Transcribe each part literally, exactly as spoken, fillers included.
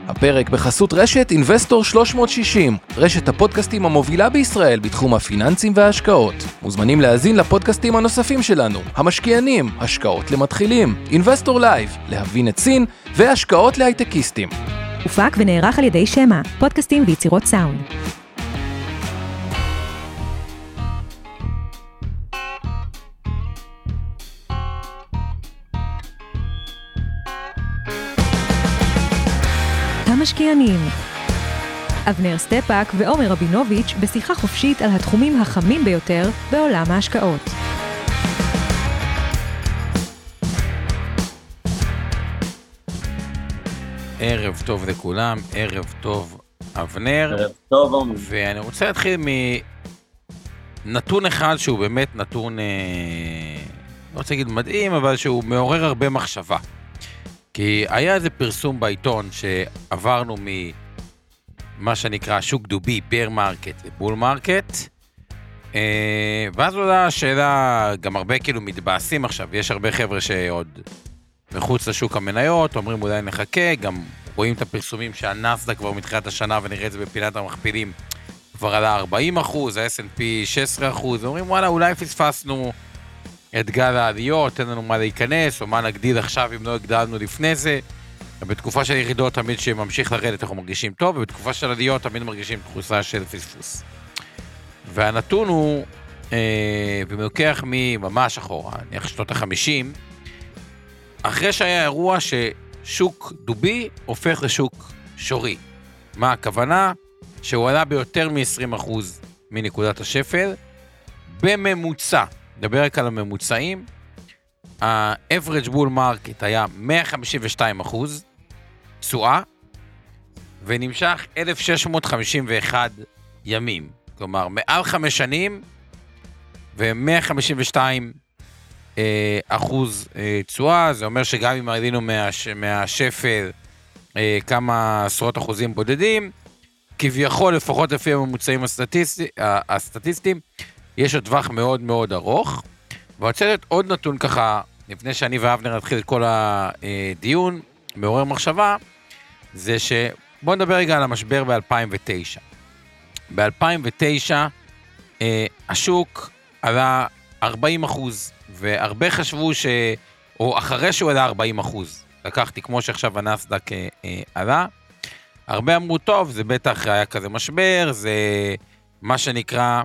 הפרק בחסות רשת אינבסטור שלוש מאות שישים, רשת הפודקאסטים המובילה בישראל בתחום הפיננסים וההשקעות. מוזמנים להאזין לפודקאסטים הנוספים שלנו, המשקיענים, השקעות למתחילים, אינבסטור לייב, להבין את סין והשקעות להייטקיסטים. הופק ונערך על ידי שמה, פודקאסטים ויצירות סאונד. המשקיענים. אבנר סטפאק ועומר רבינוביץ' בשיחה חופשית על התחומים החמים ביותר בעולם ההשקעות. ערב טוב לכולם, ערב טוב אבנר. ערב טוב עומר. ואני רוצה להתחיל מנתון אחד שהוא באמת נתון, אה, לא רוצה להגיד מדהים, אבל שהוא מעורר הרבה מחשבה. כי היה איזה פרסום בעיתון שעברנו ממה שנקרא שוק דובי, ביר מרקט לבול מרקט, ואז עולה השאלה, גם הרבה כאילו מתבאסים עכשיו, יש הרבה חבר'ה שעוד מחוץ לשוק המניות, אומרים אולי נחכה, גם רואים את הפרסומים שהנסדק כבר מתחילת השנה, ונראה את זה בפינת המכפילים, כבר עלה ארבעים אחוז, ה-אס אנד פי שש עשרה אחוז, ואומרים וואלה אולי פספסנו את גל העליות, תן לנו מה להיכנס, או מה נגדיל עכשיו אם לא הגדלנו לפני זה. בתקופה של ירידות תמיד שממשיך לרדת אנחנו מרגישים טוב, ובתקופה של עליות תמיד מרגישים תחושה של פספוס. והנתון הוא, אה, ומלוקח ממש אחורה, נניח שנות החמישים, אחרי שהיה אירוע ששוק דובי הופך לשוק שורי. מה הכוונה? שהוא עלה ביותר מ-עשרים אחוז מנקודת השפל, בממוצע. נדבר רק על הממוצעים, ה-average bull market היה מאה חמישים ושתיים אחוז תשואה, ונמשך אלף שש מאות חמישים ואחד ימים. כלומר, מעל חמש שנים, ו-מאה חמישים ושתיים אחוז תשואה, זה אומר שגם אם עלינו מהש... מהשפל אה, כמה עשרות אחוזים בודדים, כביכול, לפחות לפי הממוצעים הסטטיסטי... הסטטיסטיים, יש עוד טווח מאוד מאוד ארוך, והוצאת עוד נתון ככה, לפני שאני ואבנר נתחיל את כל הדיון, מעורר מחשבה, זה שבואו נדבר רגע על המשבר ב-אלפיים ותשע. ב-אלפיים ותשע אה, השוק עלה ארבעים אחוז, והרבה חשבו ש... או אחרי שהוא עלה ארבעים אחוז, לקחתי כמו שעכשיו הנסדק אה, אה, עלה, הרבה אמרו טוב, זה בטח היה כזה משבר, זה מה שנקרא...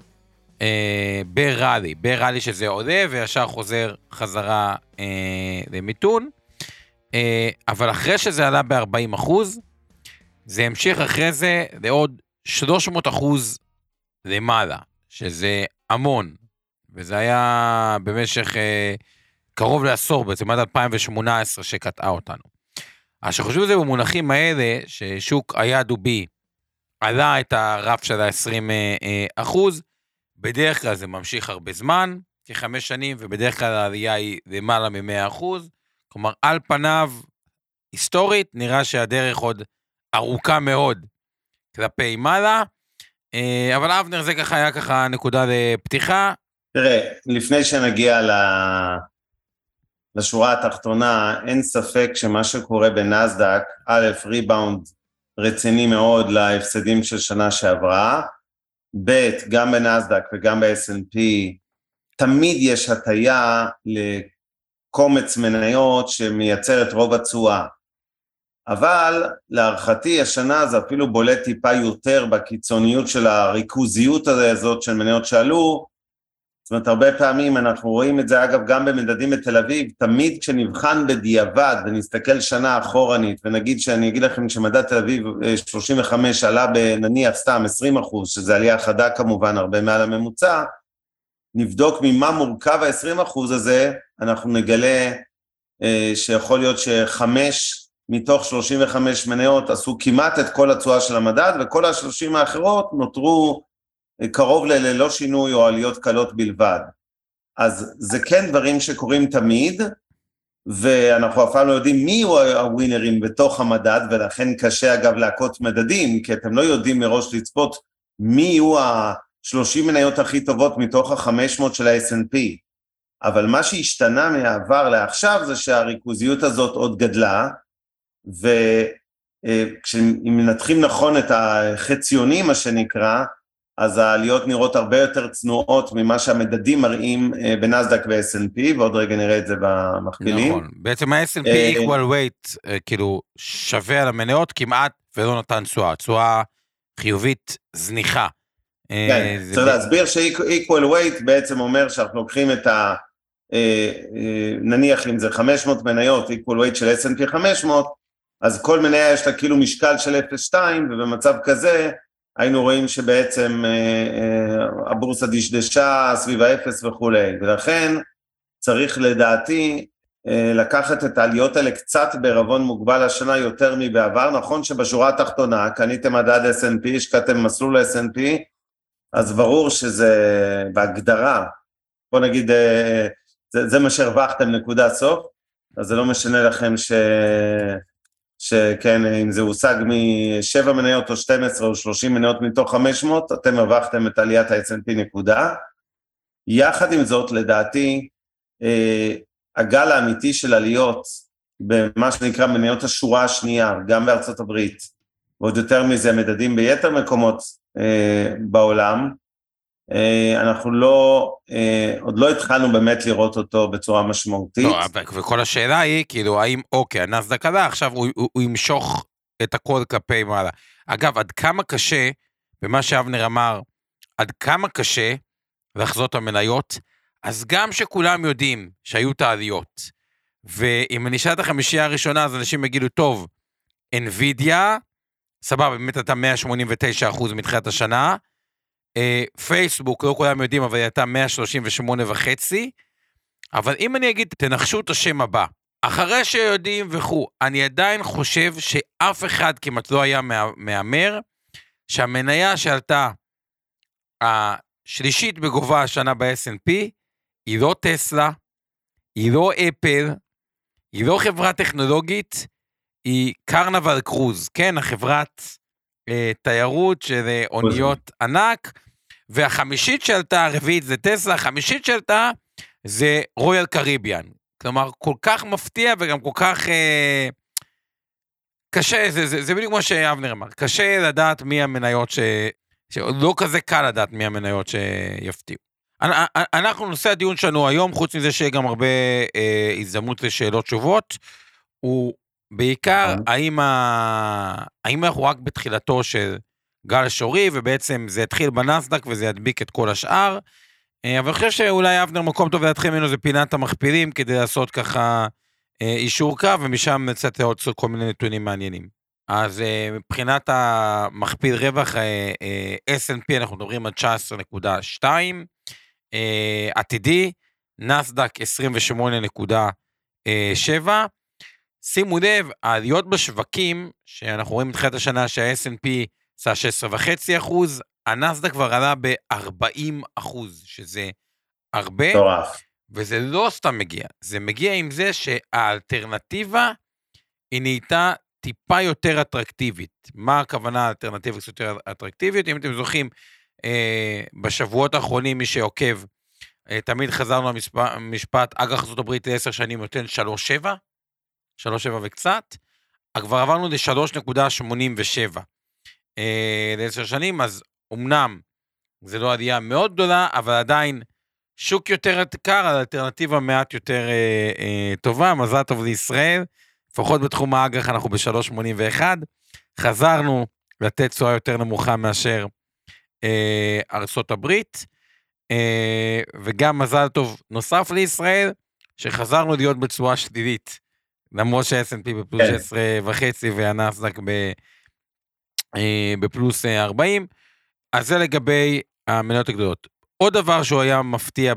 בראלי, בראלי שזה עולה וישר חוזר חזרה אה, למיתון, אה, אבל אחרי שזה עלה ב-ארבעים אחוז, זה המשיך אחרי זה לעוד שלוש מאות אחוז למעלה, שזה המון, וזה היה במשך אה, קרוב לעשור, בעצם עד אלפיים ושמונה עשרה שקטעה אותנו. אז שחושבו זה במונחים האלה, ששוק היה דובי, עלה את הרף של ה-עשרים אחוז, בדרך כלל זה ממשיך הרבה זמן, כחמש שנים, ובדרך כלל העלייה היא למעלה מ-מאה אחוז, כלומר, על פניו, היסטורית, נראה שהדרך עוד ארוכה מאוד כלפי מעלה, אבל אבנר, זה ככה היה ככה נקודה לפתיחה. תראה, לפני שנגיע לשורה התחתונה, אין ספק שמה שקורה בנסדק, א', ריבאונד רציני מאוד להפסדים של שנה שעברה, ב', גם בנסדק וגם ב-אס אנד פי, תמיד יש הטיה לקומץ מניות שמייצר את רוב התשואה. אבל להערכתי השנה זה אפילו בולט טיפה יותר בקיצוניות של הריכוזיות הזאת של מניות שעלו, זאת אומרת הרבה פעמים אנחנו רואים את זה אגב גם במדדים בתל אביב, תמיד כשנבחן בדיעבד ונסתכל שנה אחורנית ונגיד שאני אגיד לכם שמדד תל אביב שלושים וחמש עלה בנניח סתם עשרים אחוז, שזה עלייה חדה כמובן הרבה מעל הממוצע, נבדוק ממה מורכב ה-עשרים אחוז הזה, אנחנו נגלה אה, שיכול להיות שחמש מתוך שלושים וחמש מניות עשו כמעט את כל התשואה של המדד, וכל ה-שלושים האחרות נותרו קרוב ללא שינוי או עליות קלות בלבד. אז זה כן דברים שקורים תמיד, ואנחנו אף פעם לא יודעים מי הוא הווינרים בתוך המדד, ולכן קשה אגב להקות מדדים, כי אתם לא יודעים מראש לצפות מי יהיו ה-שלושים מניות הכי טובות מתוך ה-חמש מאות של ה-אס אנד פי. אבל מה שהשתנה מהעבר לעכשיו זה שהריכוזיות הזאת עוד גדלה, כשאם מנתחים נכון את החציונים, מה שנקרא, אז העליות נראות הרבה יותר צנועות ממה שהמדדים מראים בנסדק ו-אס אנד פי, ועוד רגע נראה את זה במכפילים. נכון, בעצם ה-אס אנד פי equal weight, כאילו שווה על המניות כמעט ולא נתן תשואה, תשואה חיובית זניחה. כן, צריך להסביר ש-equal weight בעצם אומר שאנחנו לוקחים את ה... נניח אם זה חמש מאות מניות, equal weight של אס אנד פי חמש מאות, אז כל מניה יש לה כאילו משקל של אפס נקודה שתיים, ובמצב כזה היינו רואים שבעצם הבורסה דשדשה סביב האפס וכולי, ולכן צריך לדעתי לקחת את העליות האלה קצת בערבון מוגבל השנה יותר מבעבר. נכון שבשורה התחתונה קניתם מדד אס אנד פי, השקעתם מסלול אס אנד פי, אז ברור שזה בהגדרה, בוא נגיד, זה, זה מה שהרווחתם נקודה סוף, אז זה לא משנה לכם ש... שכן, אם זה הושג משבע מניות או שתים עשרה או שלושים מניות מתוך חמש מאות, אתם הרווחתם את עליית ה-אס אנד פי נקודה. יחד עם זאת, לדעתי, הגל האמיתי של עליות, במה שנקרא מניות השורה השנייה, גם בארצות הברית, ועוד יותר מזה מדדים ביתר מקומות בעולם, אנחנו לא, עוד לא התחלנו באמת לראות אותו בצורה משמעותית. לא, וכל השאלה היא, כאילו, האם, אוקיי, הנסדק עלה, עכשיו הוא, הוא, הוא ימשוך את הכל כלפי מעלה. אגב, עד כמה קשה, במה שאבנר אמר, עד כמה קשה לחזות המניות, אז גם שכולם יודעים שהיו תעליות, ואם אני אשאל את החמישייה הראשונה, אז אנשים יגידו, טוב, NVIDIA, סבבה, באמת אתה מאה שמונים ותשע אחוז מתחילת השנה, פייסבוק, לא כולם יודעים, אבל היא הייתה מאה שלושים ושמונה וחצי, אבל אם אני אגיד, תנחשו את השם הבא, אחרי שיודעים וכו', אני עדיין חושב שאף אחד כמעט לא היה מאמר, שהמניה שעלתה השלישית בגובה השנה ב-אס אנד פי, היא לא טסלה, היא לא אפל, היא לא חברה טכנולוגית, היא קרנבל קרוז, כן, החברת אה, תיירות של אוניות ענק, והחמישית שעלתה, הרביעית זה טסלה, החמישית שעלתה זה רויאל קריביאן. כלומר, כל כך מפתיע וגם כל כך אה, קשה, זה, זה, זה בדיוק מה שאבנר אמר, קשה לדעת מי המניות ש... שלא כזה קל לדעת מי המניות שיפתיעו. אנחנו, נושא הדיון שלנו היום, חוץ מזה שיהיה גם הרבה אה, הזדמנות לשאלות תשובות, הוא בעיקר, האם, ה... האם אנחנו רק בתחילתו של גל שורי, ובעצם זה התחיל בנסדק וזה ידביק את כל השאר, אה, אבל אני חושב שאולי אבנר מקום טוב להתחיל ממנו זה פינת המכפילים, כדי לעשות ככה אה, אישור קו, ומשם נצאת עוד כל מיני נתונים מעניינים. אז uh, מבחינת המכפיל רווח, uh, uh, אס אנד פי אנחנו מדברים על תשע עשרה נקודה שתיים, uh, עתידי, נסדק עשרים ושמונה נקודה שבע, שימו לב, העליות בשווקים, שאנחנו רואים מתחילת השנה שה-אס אנד פי עשה שש עשרה נקודה חמש אחוז, הנסדק כבר עלה ב-ארבעים אחוז, שזה הרבה, טורף. וזה לא סתם מגיע, זה מגיע עם זה שהאלטרנטיבה היא נהייתה טיפה יותר אטרקטיבית. מה הכוונה האלטרנטיבית יותר אטרקטיבית? אם אתם זוכרים, אה, בשבועות האחרונים, מי שעוקב, אה, תמיד חזרנו למשפט, אג"ח ארצות הברית לעשר שנים נותן שלוש נקודה שבע, שלוש נקודה שבע וקצת, כבר עברנו ל-שלוש נקודה שמונים ושבע אה, לעשר שנים, אז אמנם זה לא עלייה מאוד גדולה, אבל עדיין שוק יותר קר, האלטרנטיבה מעט יותר אה, אה, טובה, מזל טוב לישראל, לפחות בתחום האג"ח אנחנו ב-שלוש נקודה שמונים ואחת, חזרנו לתת תשואה יותר נמוכה מאשר אה, ארצות הברית, אה, וגם מזל טוב נוסף לישראל, שחזרנו להיות בתשואה שלילית, למרות שה-אס אנד פי בפלוס שש עשרה וחצי, והנסדק ב, אה, בפלוס ארבעים, אז זה לגבי המניות הגדולות. עוד דבר שהוא היה מפתיע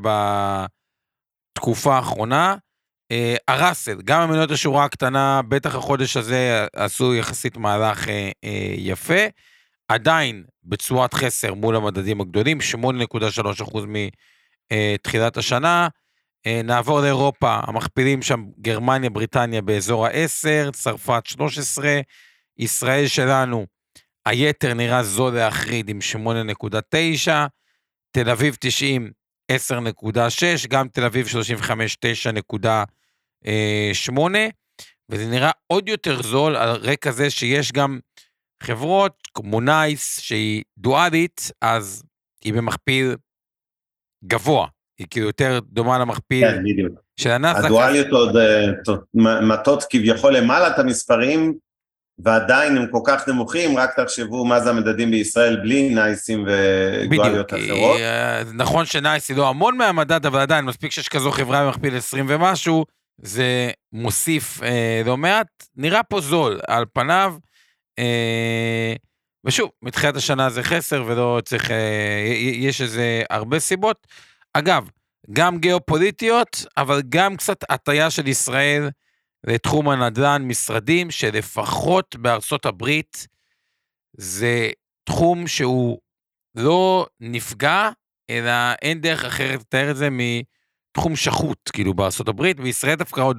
בתקופה האחרונה, Uh, הרסל, גם המניות השורה הקטנה, בטח החודש הזה עשו יחסית מהלך uh, uh, יפה, עדיין בצורת חסר מול המדדים הגדולים, שמונה נקודה שלוש אחוז מתחילת השנה, uh, נעבור לאירופה, המכפילים שם גרמניה, בריטניה באזור ה-עשר, צרפת שלוש עשרה, ישראל שלנו, היתר נראה זול להחריד עם שמונה נקודה תשע, תל אביב תשעים, עשר נקודה שש, גם תל אביב שלושים וחמש, תשע נקודה שמונה, וזה נראה עוד יותר זול על רקע זה שיש גם חברות כמו נייס, שהיא דואלית, אז היא במכפיל גבוה, היא כאילו יותר דומה למכפיל כן, בדיוק. של הנסדק. הדואליות עוד מטות כביכול למעלה את המספרים, ועדיין הם כל כך נמוכים, רק תחשבו מה זה המדדים בישראל בלי נייסים ודואליות אחרות. נכון שנייס היא לא המון מהמדד, אבל עדיין מספיק שיש כזו חברה במכפיל עשרים ומשהו, זה מוסיף אה, לא מעט, נראה פה זול על פניו, אה, ושוב, מתחילת השנה זה חסר, ולא צריך, אה, יש איזה הרבה סיבות. אגב, גם גיאופוליטיות, אבל גם קצת הטיה של ישראל, לתחום הנדל"ן, משרדים, שלפחות בארצות הברית, זה תחום שהוא לא נפגע, אלא אין דרך אחרת לתאר את זה מתחום שחות, כאילו בארצות הברית, בישראל דווקא עוד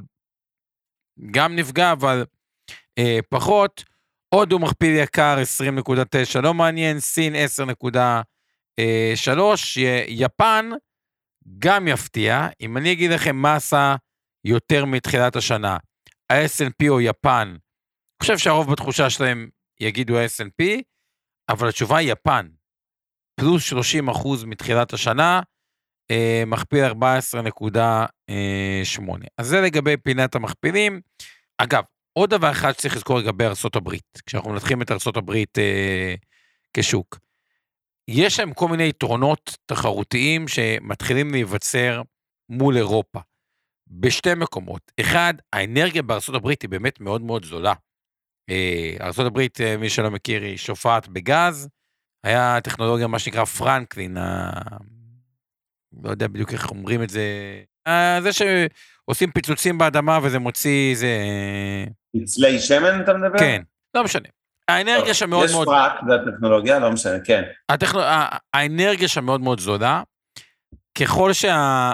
גם נפגע, אבל אה, פחות, עוד הוא מכפיל יקר עשרים נקודה תשע, לא מעניין, סין עשר נקודה שלוש, יפן גם יפתיע, אם אני אגיד לכם מה עשה יותר מתחילת השנה, ה-אס אנד פי או יפן, אני חושב שהרוב בתחושה שלהם יגידו ה-אס אנד פי, אבל התשובה היא יפן, פלוס שלושים אחוז מתחילת השנה, אה, מכפיל ארבע עשרה נקודה שמונה. אז זה לגבי פינת המכפילים. אגב, עוד דבר אחד שצריך לזכור לגבי ארצות הברית, כשאנחנו מנתחים את ארצות הברית אה, כשוק, יש להם כל מיני יתרונות תחרותיים שמתחילים להיווצר מול אירופה, בשתי מקומות. אחד, האנרגיה בארצות הברית היא באמת מאוד מאוד זולה. ארצות הברית, מי שלא מכיר, היא שופעת בגז, היה טכנולוגיה, מה שנקרא פרנקלין, ה... לא יודע בדיוק איך אומרים את זה, זה שעושים פיצוצים באדמה וזה מוציא, זה... פצלי שמן אתה מדבר? כן, לא משנה. האנרגיה שם מאוד מאוד... יש פרק, זה הטכנולוגיה, לא משנה, כן. הטכנול... האנרגיה שם מאוד מאוד זולה, ככל שה...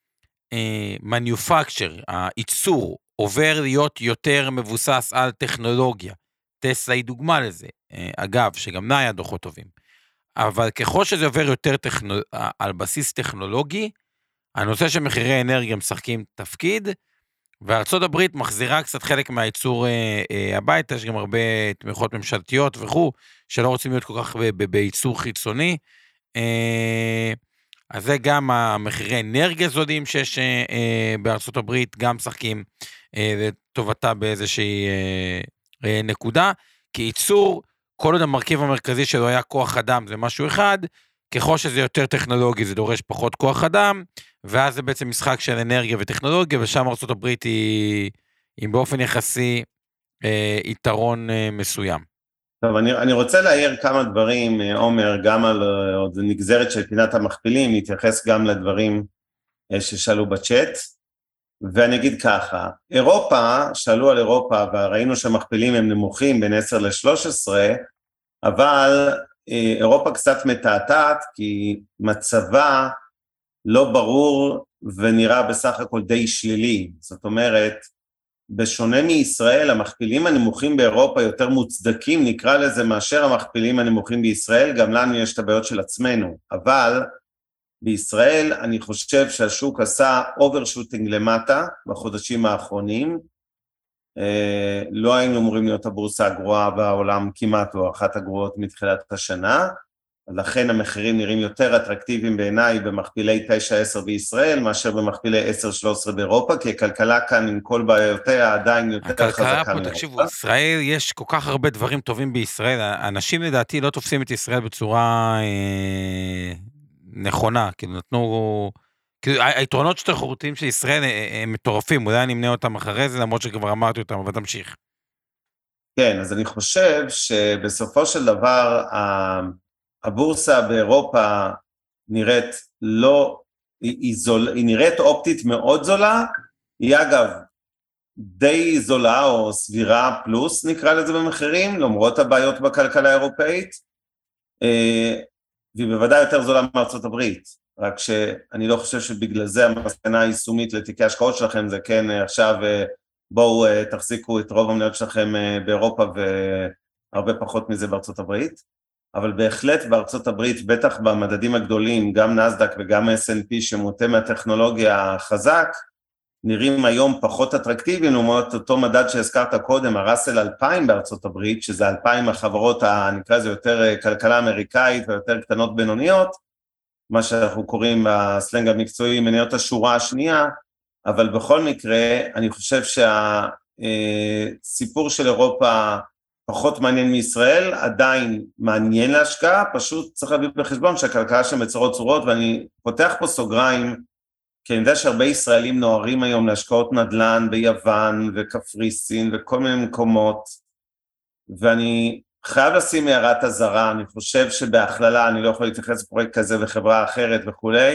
מניופקצ'ר, הייצור, עובר להיות יותר מבוסס על טכנולוגיה. טסלה היא דוגמה לזה. אגב, שגם נה היה דוחות טובים. אבל ככל שזה עובר יותר טכנול... על בסיס טכנולוגי, הנושא של מחירי אנרגיה משחקים תפקיד, וארצות הברית מחזירה קצת חלק מהייצור אה, אה, הביתה, יש גם הרבה תמיכות ממשלתיות וכו', שלא רוצים להיות כל כך בייצור חיצוני, אה, אז זה גם המחירי אנרגיה זולים שיש אה, אה, בארצות הברית, גם משחקים אה, לטובתה באיזושהי אה, אה, נקודה, כי ייצור, כל עוד המרכיב המרכזי שלו היה כוח אדם, זה משהו אחד, ככל שזה יותר טכנולוגי, זה דורש פחות כוח אדם, ואז זה בעצם משחק של אנרגיה וטכנולוגיה, ושם ארצות הברית היא, היא באופן יחסי אה, יתרון אה, מסוים. טוב, אני, אני רוצה להעיר כמה דברים, עומר, גם על עוד נגזרת של פינת המכפילים, להתייחס גם לדברים אה, ששאלו בצ'אט, ואני אגיד ככה, אירופה, שאלו על אירופה, וראינו שהמכפילים הם נמוכים בין עשר ל-שלוש עשרה, אבל אה, אירופה קצת מתעתעת, כי מצבה לא ברור ונראה בסך הכל די שלילי, זאת אומרת, בשונה מישראל, המכפילים הנמוכים באירופה יותר מוצדקים, נקרא לזה מאשר המכפילים הנמוכים בישראל, גם לנו יש את הבעיות של עצמנו, אבל בישראל אני חושב שהשוק עשה אוברשוטינג למטה בחודשים האחרונים, אה, לא היינו אמורים להיות הבורסה הגרועה בעולם כמעט, או אחת הגרועות מתחילת השנה, לכן המחירים נראים יותר אטרקטיביים בעיניי במכפילי תשע עשר בישראל, מאשר במכפילי עשר שלוש עשרה באירופה, כי הכלכלה כאן עם כל בעיותיה עדיין יותר חזקה מאירופה. תקשיבו, ישראל, יש כל כך הרבה דברים טובים בישראל, אנשים לדעתי לא תופסים את ישראל בצורה אה, נכונה, כאילו נתנו, כאילו היתרונות שתחרותיים של ישראל הם מטורפים, אולי אני אמנה אותם אחרי זה, למרות שכבר אמרתי אותם, אבל תמשיך. כן, אז אני חושב שבסופו של דבר, הבורסה באירופה נראית לא, היא, היא, זול, היא נראית אופטית מאוד זולה, היא אגב די זולה או סבירה פלוס נקרא לזה במחירים, למרות הבעיות בכלכלה האירופאית, והיא בוודאי יותר זולה מארצות הברית, רק שאני לא חושב שבגלל זה המסקנה היישומית לתיקי השקעות שלכם, זה כן עכשיו בואו תחזיקו את רוב המניות שלכם באירופה והרבה פחות מזה בארצות הברית, אבל בהחלט בארצות הברית, בטח במדדים הגדולים, גם נסדק וגם אס אנד פי שמוטה מהטכנולוגיה חזק, נראים היום פחות אטרקטיביים, לעומת אותו מדד שהזכרת קודם, הראסל אלפיים בארצות הברית, שזה אלפיים החברות, נקרא זה יותר כלכלה אמריקאית ויותר קטנות בינוניות, מה שאנחנו קוראים בסלנג המקצועי מניות השורה השנייה, אבל בכל מקרה, אני חושב שהסיפור של אירופה פחות מעניין מישראל, עדיין מעניין להשקעה, פשוט צריך להביא בחשבון שהכלכלה שם בצורות צורות, ואני פותח פה סוגריים, כי אני יודע שהרבה ישראלים נוערים היום להשקעות נדל"ן ביוון וקפריסין וכל מיני מקומות, ואני חייב לשים הערת הזרה, אני חושב שבהכללה, אני לא יכול להתייחס לפרויקט כזה וחברה אחרת וכולי,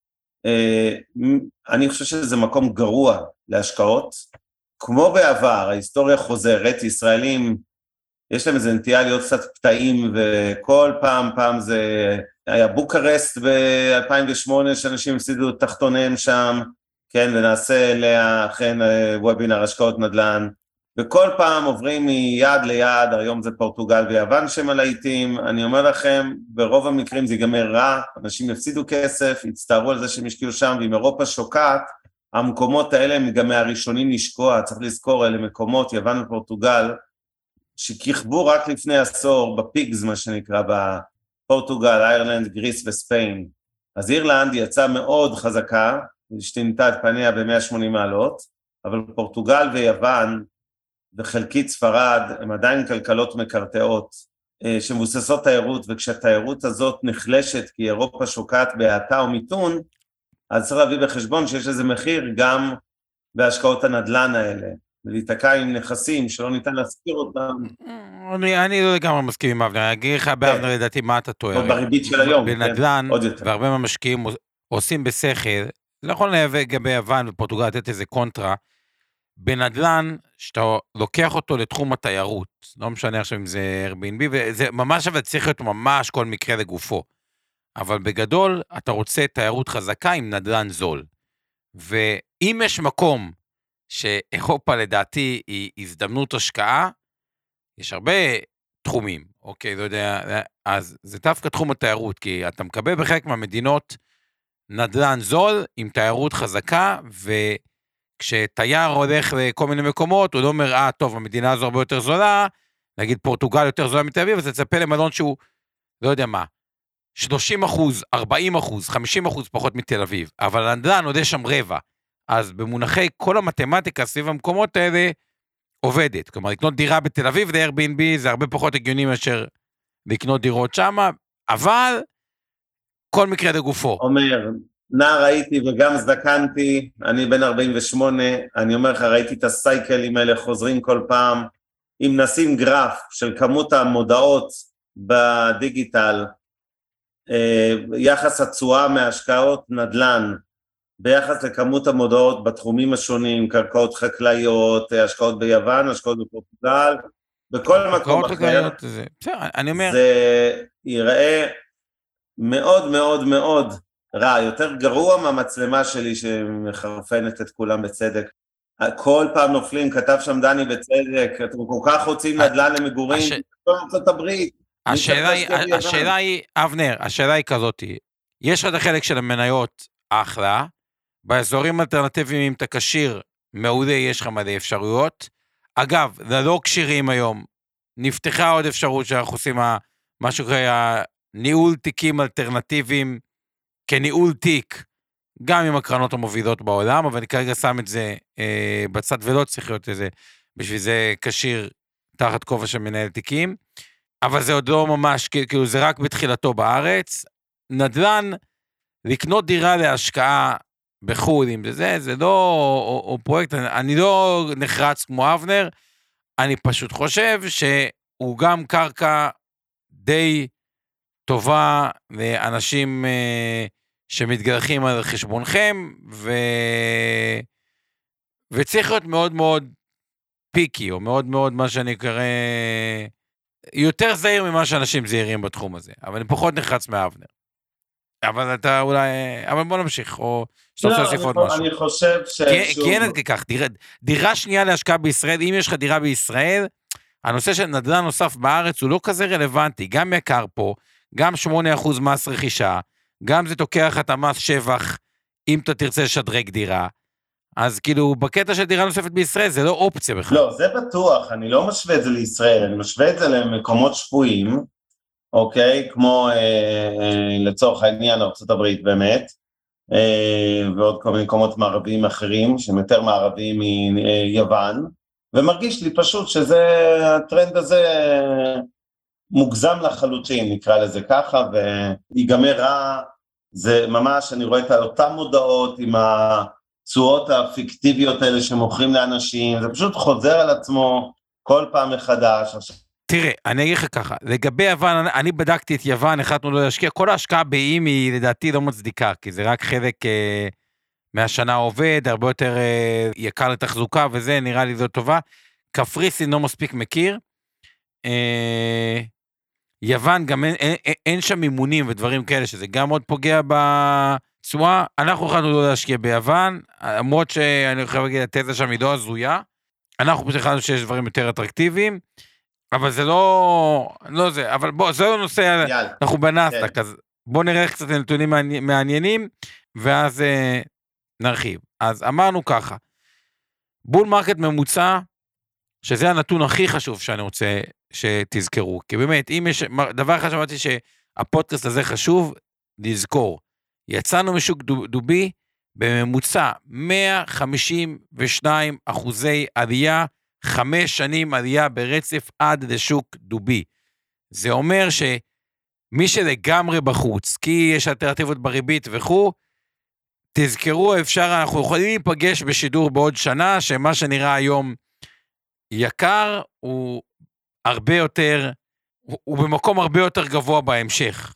אני חושב שזה מקום גרוע להשקעות, כמו בעבר, ההיסטוריה חוזרת, ישראלים, יש להם איזה נטייה להיות קצת פתאים, וכל פעם, פעם זה היה בוקרסט ב-אלפיים ושמונה, שאנשים הפסידו תחתוניהם שם, כן, ונעשה אליה, אכן, וובינר השקעות נדל"ן, וכל פעם עוברים מיד ליד, היום זה פורטוגל ויוון שהם הלהיטים, אני אומר לכם, ברוב המקרים זה ייגמר רע, אנשים יפסידו כסף, יצטערו על זה שהם השקיעו שם, ואם אירופה שוקעת, המקומות האלה הם גם מהראשונים לשקוע, צריך לזכור, אלה מקומות, יוון ופורטוגל, שכיכבו רק לפני עשור, בפיגס מה שנקרא, בפורטוגל, איירלנד, גריס וספיין, אז אירלנד יצאה מאוד חזקה, שתינתה את פניה ב-מאה ושמונים מעלות, אבל פורטוגל ויוון, וחלקית ספרד, הם עדיין כלכלות מקרטעות, שמבוססות תיירות, וכשהתיירות הזאת נחלשת, כי אירופה שוקעת בהאטה או מיתון, אז צריך להביא בחשבון שיש איזה מחיר גם בהשקעות הנדל"ן האלה, ולהתעקע עם נכסים שלא ניתן להזכיר אותם. אני, אני לא לגמרי מסכים עם אבנר, אני אגיד לך באבנר לדעתי מה אתה טועה. עוד בריבית של היום. בנדל"ן, והרבה מהמשקיעים עושים בשכל, לא יכול להיאבק גם ביוון ופורטוגל, לתת איזה קונטרה, בנדל"ן, שאתה לוקח אותו לתחום התיירות, לא משנה עכשיו אם זה Airbnb, וזה ממש אבל צריך להיות ממש כל מקרה לגופו, אבל בגדול אתה רוצה תיירות חזקה עם נדל"ן זול, ואם יש מקום שאירופה לדעתי היא הזדמנות השקעה, יש הרבה תחומים, אוקיי, לא יודע, אז זה דווקא תחום התיירות, כי אתה מקבל בחלק מהמדינות נדל"ן זול עם תיירות חזקה, ו... כשתייר הולך לכל מיני מקומות, הוא לא אומר, אה, טוב, המדינה הזו הרבה יותר זולה, נגיד פורטוגל יותר זולה מתל אביב, אז תצפה למלון שהוא, לא יודע מה, שלושים אחוז, ארבעים אחוז, חמישים אחוז פחות מתל אביב, אבל הנדל"ן עוד יש שם רבע, אז במונחי כל המתמטיקה סביב המקומות האלה, עובדת, כלומר, לקנות דירה בתל אביב, ל-Airbnb, זה הרבה פחות הגיוני מאשר לקנות דירות שם, אבל כל מקרה לגופו. אומר, נער הייתי וגם זדקנתי, אני בן ארבעים ושמונה, אני אומר לך, ראיתי את הסייקלים האלה חוזרים כל פעם, אם נשים גרף של כמות המודעות בדיגיטל, יחס התשואה מהשקעות נדל"ן, ביחס לכמות המודעות בתחומים השונים, קרקעות חקלאיות, השקעות ביוון, השקעות בפורטוגל, בכל מקום אחר, זה, אני אומר... זה ייראה מאוד מאוד מאוד, רע, יותר גרוע מהמצלמה שלי שמחרפנת את כולם בצדק. כל פעם נופלים, כתב שם דני בצדק, אתם כל כך רוצים נדל"ן למגורים, בארצות הברית. השאלה היא, אבנר, השאלה היא כזאת, יש עוד החלק של המניות אחלה, באזורים אלטרנטיביים אם אתה קשיר, מעולה יש לך מלא אפשרויות, אגב, זה לא קשירים היום, נפתחה עוד אפשרות שאנחנו עושים משהו כזה, ניהול תיקים אלטרנטיביים, כניהול תיק, גם עם הקרנות המובילות בעולם, אבל אני כרגע שם את זה אה, בצד, ולא צריך להיות איזה, בשביל זה קשיר תחת כובע של מנהל תיקים, אבל זה עוד לא ממש, כאילו זה רק בתחילתו בארץ, נדל"ן, לקנות דירה להשקעה בחו"ל, אם זה זה, זה לא, או, או פרויקט, אני, אני לא נחרץ כמו אבנר, אני פשוט חושב שהוא גם קרקע די טובה לאנשים אה, שמתגלחים על חשבונכם, ו... וצריך להיות מאוד מאוד פיקי, או מאוד מאוד מה שאני קורא, יותר זהיר ממה שאנשים זהירים בתחום הזה, אבל אני פחות נחרץ מאבנר. אבל אתה אולי, אבל בוא נמשיך, או שאתה רוצה להוסיף עוד משהו. אני חושב ש... כי אין עד כך, דירה, דירה שנייה להשקעה בישראל, אם יש לך דירה בישראל, הנושא של נדל"ן נוסף בארץ הוא לא כזה רלוונטי, גם יקר פה, גם שמונה אחוז מס רכישה, גם זה תוקח את המס שבח, אם אתה תרצה לשדרג דירה, אז כאילו, בקטע של דירה נוספת בישראל, זה לא אופציה בכלל. לא, זה בטוח, אני לא משווה את זה לישראל, אני משווה את זה למקומות שפויים, אוקיי, כמו אה, אה, לצורך העניין ארצות הברית באמת, אה, ועוד כל מיני מקומות מערביים אחרים, שהם יותר מערביים מיוון, ומרגיש לי פשוט שזה, הטרנד הזה מוגזם לחלוטין, נקרא לזה ככה, ויגמר רע, זה ממש, אני רואה את אותם מודעות עם הצועות הפיקטיביות האלה שמוכרים לאנשים, זה פשוט חוזר על עצמו כל פעם מחדש. תראה, אני אגיד לך ככה, לגבי יוון, אני, אני בדקתי את יוון, החלטנו לא להשקיע, כל ההשקעה באיים היא לדעתי לא מצדיקה, כי זה רק חלק אה, מהשנה עובד, הרבה יותר אה, יקר לתחזוקה, וזה נראה לי זו טובה. קפריסין לא מספיק מכיר, אה, יוון גם אין, אין, אין שם מימונים ודברים כאלה, שזה גם עוד פוגע בצורה, אנחנו החלטנו לא להשקיע ביוון, למרות שאני חייב להגיד, התזה שם היא לא הזויה, אנחנו פשוט החלטנו שיש דברים יותר אטרקטיביים, אבל זה לא, לא זה, אבל בוא, זה לא נושא, יאללה. אנחנו בנסדק, אז בוא נראה קצת נתונים מעניינים, ואז אה, נרחיב. אז אמרנו ככה, בול מרקט ממוצע, שזה הנתון הכי חשוב שאני רוצה שתזכרו, כי באמת, אם יש, דבר אחד שאמרתי שהפודקאסט הזה חשוב, לזכור, יצאנו משוק דובי, בממוצע מאה חמישים ושניים אחוזי עלייה, חמש שנים עלייה ברצף עד לשוק דובי. זה אומר שמי שלגמרי בחוץ, כי יש אלטרנטיבות בריבית וכו', תזכרו, אפשר, אנחנו יכולים להיפגש בשידור בעוד שנה, שמה שנראה היום יקר, הוא הרבה יותר, הוא במקום הרבה יותר גבוה בהמשך.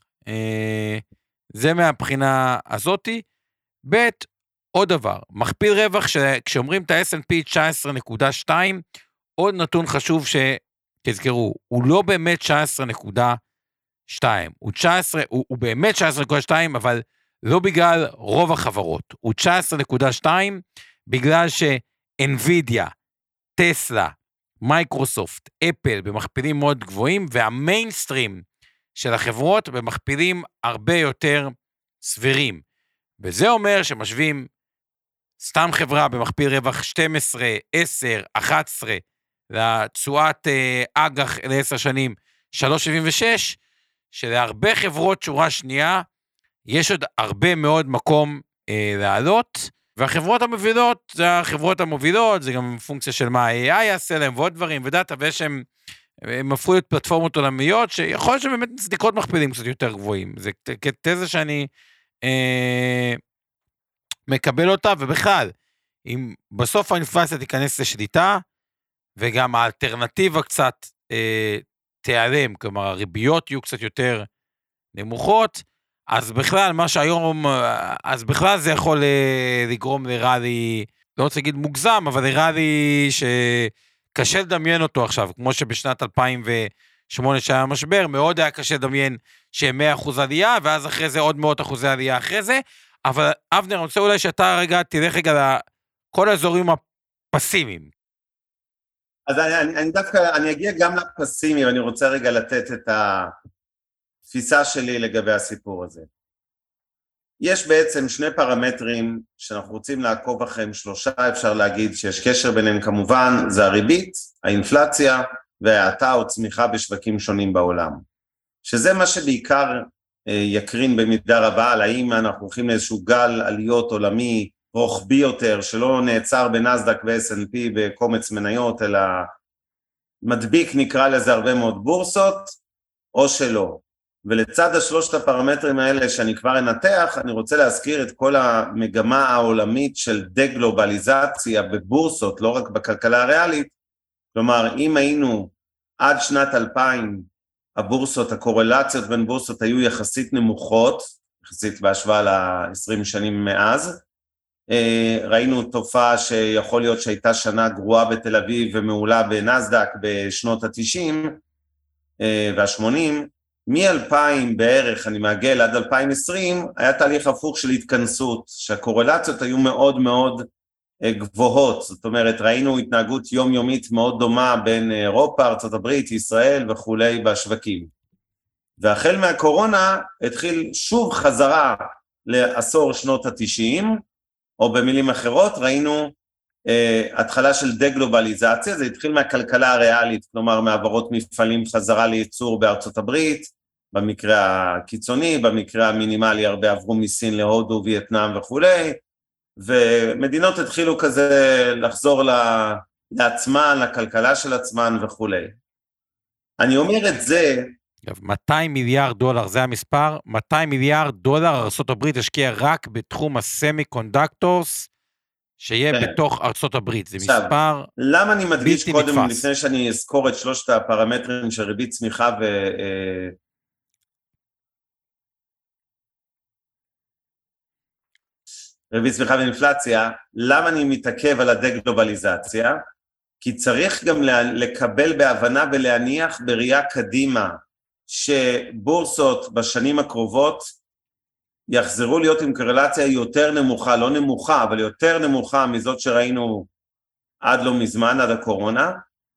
זה מהבחינה הזאתי. ב' עוד דבר, מכפיל רווח, כשאומרים את ה-אס אנד פי תשע עשרה נקודה שתיים, עוד נתון חשוב שתזכרו, הוא לא באמת תשע עשרה נקודה שתיים, הוא, תשע עשרה, הוא, הוא באמת תשע עשרה נקודה שתיים, אבל לא בגלל רוב החברות, הוא תשע עשרה נקודה שתיים, בגלל שאנווידיה, טסלה, מייקרוסופט, אפל, במכפילים מאוד גבוהים, והמיינסטרים של החברות במכפילים הרבה יותר סבירים. וזה אומר שמשווים סתם חברה במכפיל רווח שתים עשרה, עשר, אחת עשרה, לתשואת אג"ח ל-עשר שנים, שלוש נקודה שבעים ושש, שלהרבה חברות שורה שנייה, יש עוד הרבה מאוד מקום אה, לעלות, והחברות המובילות, זה החברות המובילות, זה גם פונקציה של מה ה-איי איי יעשה להם, ועוד דברים, ודאטה, ושהם הם הפכו להיות פלטפורמות עולמיות, שיכול להיות שבאמת מצדיקות מכפילים קצת יותר גבוהים, זה כתזה שאני אה, מקבל אותה, ובכלל, אם בסוף האינפלציה תיכנס לשליטה, וגם האלטרנטיבה קצת אה, תיעלם, כלומר הריביות יהיו קצת יותר נמוכות, אז בכלל מה שהיום, אז בכלל זה יכול אה, לגרום לרלי, לא רוצה להגיד מוגזם, אבל לרלי שקשה לדמיין אותו עכשיו, כמו שבשנת אלפיים ושמונה שהיה משבר, מאוד היה קשה לדמיין ש-מאה אחוז עלייה, ואז אחרי זה עוד מאות אחוזי עלייה אחרי זה, אבל אבנר, אני רוצה אולי שאתה רגע, תלך רגע לכל האזורים הפסימיים. אז אני, אני, אני דווקא, אני אגיע גם לפסימי, ואני רוצה רגע לתת את התפיסה שלי לגבי הסיפור הזה. יש בעצם שני פרמטרים שאנחנו רוצים לעקוב אחריהם, שלושה, אפשר להגיד שיש קשר ביניהם כמובן, זה הריבית, האינפלציה, וההאטה או צמיחה בשווקים שונים בעולם. שזה מה שבעיקר יקרין במידה רבה, על האם אנחנו הולכים לאיזשהו גל עליות עולמי, רוחבי יותר, שלא נעצר בנסדק ו-אס אנד פי בקומץ מניות, אלא מדביק נקרא לזה הרבה מאוד בורסות, או שלא. ולצד השלושת הפרמטרים האלה שאני כבר אנתח, אני רוצה להזכיר את כל המגמה העולמית של דה-גלובליזציה בבורסות, לא רק בכלכלה הריאלית, כלומר, אם היינו עד שנת אלפיים, הבורסות, הקורלציות בין בורסות היו יחסית נמוכות, יחסית בהשוואה ל-עשרים שנים מאז, ראינו תופעה שיכול להיות שהייתה שנה גרועה בתל אביב ומעולה בנסדק בשנות ה-תשעים וה-שמונים, מ-אלפיים בערך, אני מעגל עד אלפיים ועשרים, היה תהליך הפוך של התכנסות, שהקורלציות היו מאוד מאוד גבוהות, זאת אומרת, ראינו התנהגות יומיומית מאוד דומה בין אירופה, ארצות הברית, ישראל וכולי בשווקים. והחל מהקורונה התחיל שוב חזרה לעשור שנות ה-תשעים, או במילים אחרות, ראינו uh, התחלה של דה-גלובליזציה, זה התחיל מהכלכלה הריאלית, כלומר מעברות מפעלים חזרה לייצור בארצות הברית, במקרה הקיצוני, במקרה המינימלי הרבה עברו מסין להודו, וייטנאם וכו', ומדינות התחילו כזה לחזור לעצמן, לכלכלה של עצמן וכו'. אני אומר את זה, מאתיים מיליארד דולר, זה המספר, מאתיים מיליארד דולר ארצות הברית השקיעה רק בתחום הסמי קונדקטורס, שיהיה כן. בתוך ארצות הברית, זה עכשיו, מספר למה אני מדגיש קודם, נתפס. לפני שאני אזכור את שלושת הפרמטרים של ריבית צמיחה ו... ריבית צמיחה ואינפלציה, למה אני מתעכב על הדה-גלובליזציה? כי צריך גם לקבל בהבנה ולהניח בראייה קדימה, שבורסות בשנים הקרובות יחזרו להיות עם קורלציה יותר נמוכה, לא נמוכה, אבל יותר נמוכה מזאת שראינו עד לא מזמן, עד הקורונה,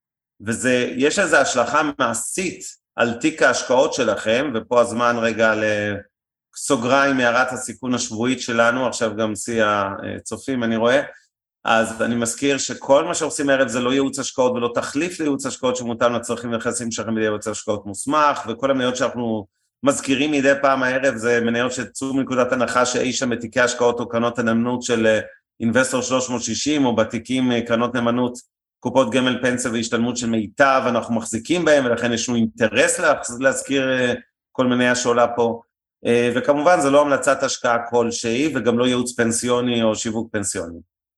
ויש איזו השלכה מעשית על תיק ההשקעות שלכם, ופה הזמן רגע לסוגריים מהערת הסיכון השבועית שלנו, עכשיו גם שיא הצופים אני רואה, אז אני מזכיר שכל מה שעושים הערב זה לא ייעוץ השקעות ולא תחליף לייעוץ השקעות שמותאם לצרכים ונכסים שלכם בידי ייעוץ השקעות מוסמך, וכל המניות שאנחנו מזכירים מדי פעם הערב זה מניות שצאו מנקודת הנחה שאי שם בתיקי השקעות או קרנות הנאמנות של אינבסטור שלוש מאות שישים או בתיקים קרנות נאמנות, קופות גמל פנסיה והשתלמות של מיטב, אנחנו מחזיקים בהם ולכן יש לנו אינטרס להזכיר כל מניה שעולה פה, וכמובן זה לא המלצת השקעה כלשהי וגם לא ייעוץ פנסיוני או שיווק פנסיוני.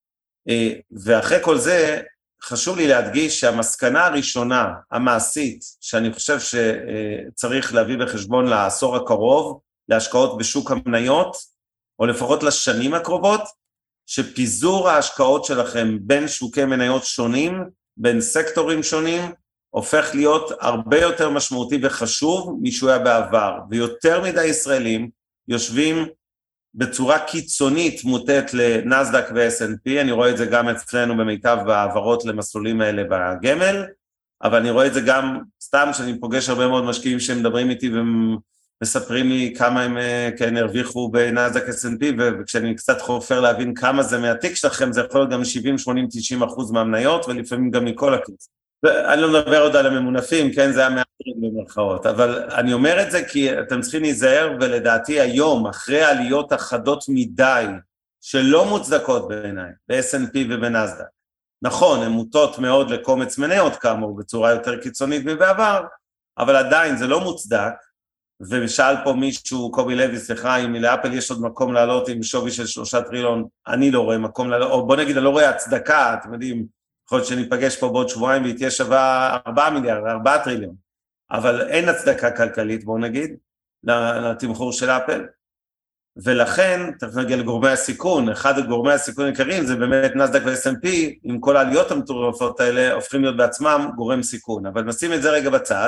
ואחרי כל זה חשוב לי להדגיש שהמסקנה הראשונה המעשית שאני חושב שצריך להביא בחשבון לעשור הקרוב להשקעות בשוק המניות או לפחות לשנים הקרובות, שפיזור ההשקעות שלכם בין שוקי מניות שונים, בין סקטורים שונים, הופך להיות הרבה יותר משמעותי וחשוב משהו היה בעבר, ויותר מדי ישראלים יושבים בצורה קיצונית מוטט לנסדק ו-אס אנד פי, אני רואה את זה גם אצלנו במיטב בעברות למסלולים האלה בגמל, אבל אני רואה את זה גם סתם שאני פוגש הרבה מאוד משקיעים שמדברים איתי ומספרים לי כמה הם כן הרוויחו בנסדק אס אנד פי, וכשאני קצת חופר להבין כמה זה מהתיק שלכם, זה יכול להיות גם שבעים, שמונים, תשעים אחוז מהמניות, ולפעמים גם מכל הכיס. אני לא מדבר עוד על הממונפים, כן, זה היה מעטרים במרכאות, אבל אני אומר את זה כי אתם צריכים להיזהר, ולדעתי היום, אחרי העליות החדות מדי, שלא מוצדקות בעיניי, ב-אס אנד פי ובנסדק, נכון, הן מוטות מאוד לקומץ מניות כאמור, בצורה יותר קיצונית מבעבר, אבל עדיין זה לא מוצדק, ושאל פה מישהו, קובי לוי, סליחה, אם לאפל יש עוד מקום לעלות עם שווי של שלושה טריליון, אני לא רואה מקום לעלות, או בוא נגיד, אני לא רואה הצדקה, אתם יודעים, יכול להיות שניפגש פה בעוד שבועיים והיא תהיה שווה ארבעה מיליארד, ארבעה טריליון, אבל אין הצדקה כלכלית, בואו נגיד, לתמחור של אפל, ולכן, תכף נגיע לגורמי הסיכון, אחד הגורמי הסיכון העיקריים זה באמת נסדק ו-אס אנד פי, עם כל העליות המטורפות האלה, הופכים להיות בעצמם גורם סיכון, אבל נשים את זה רגע בצד,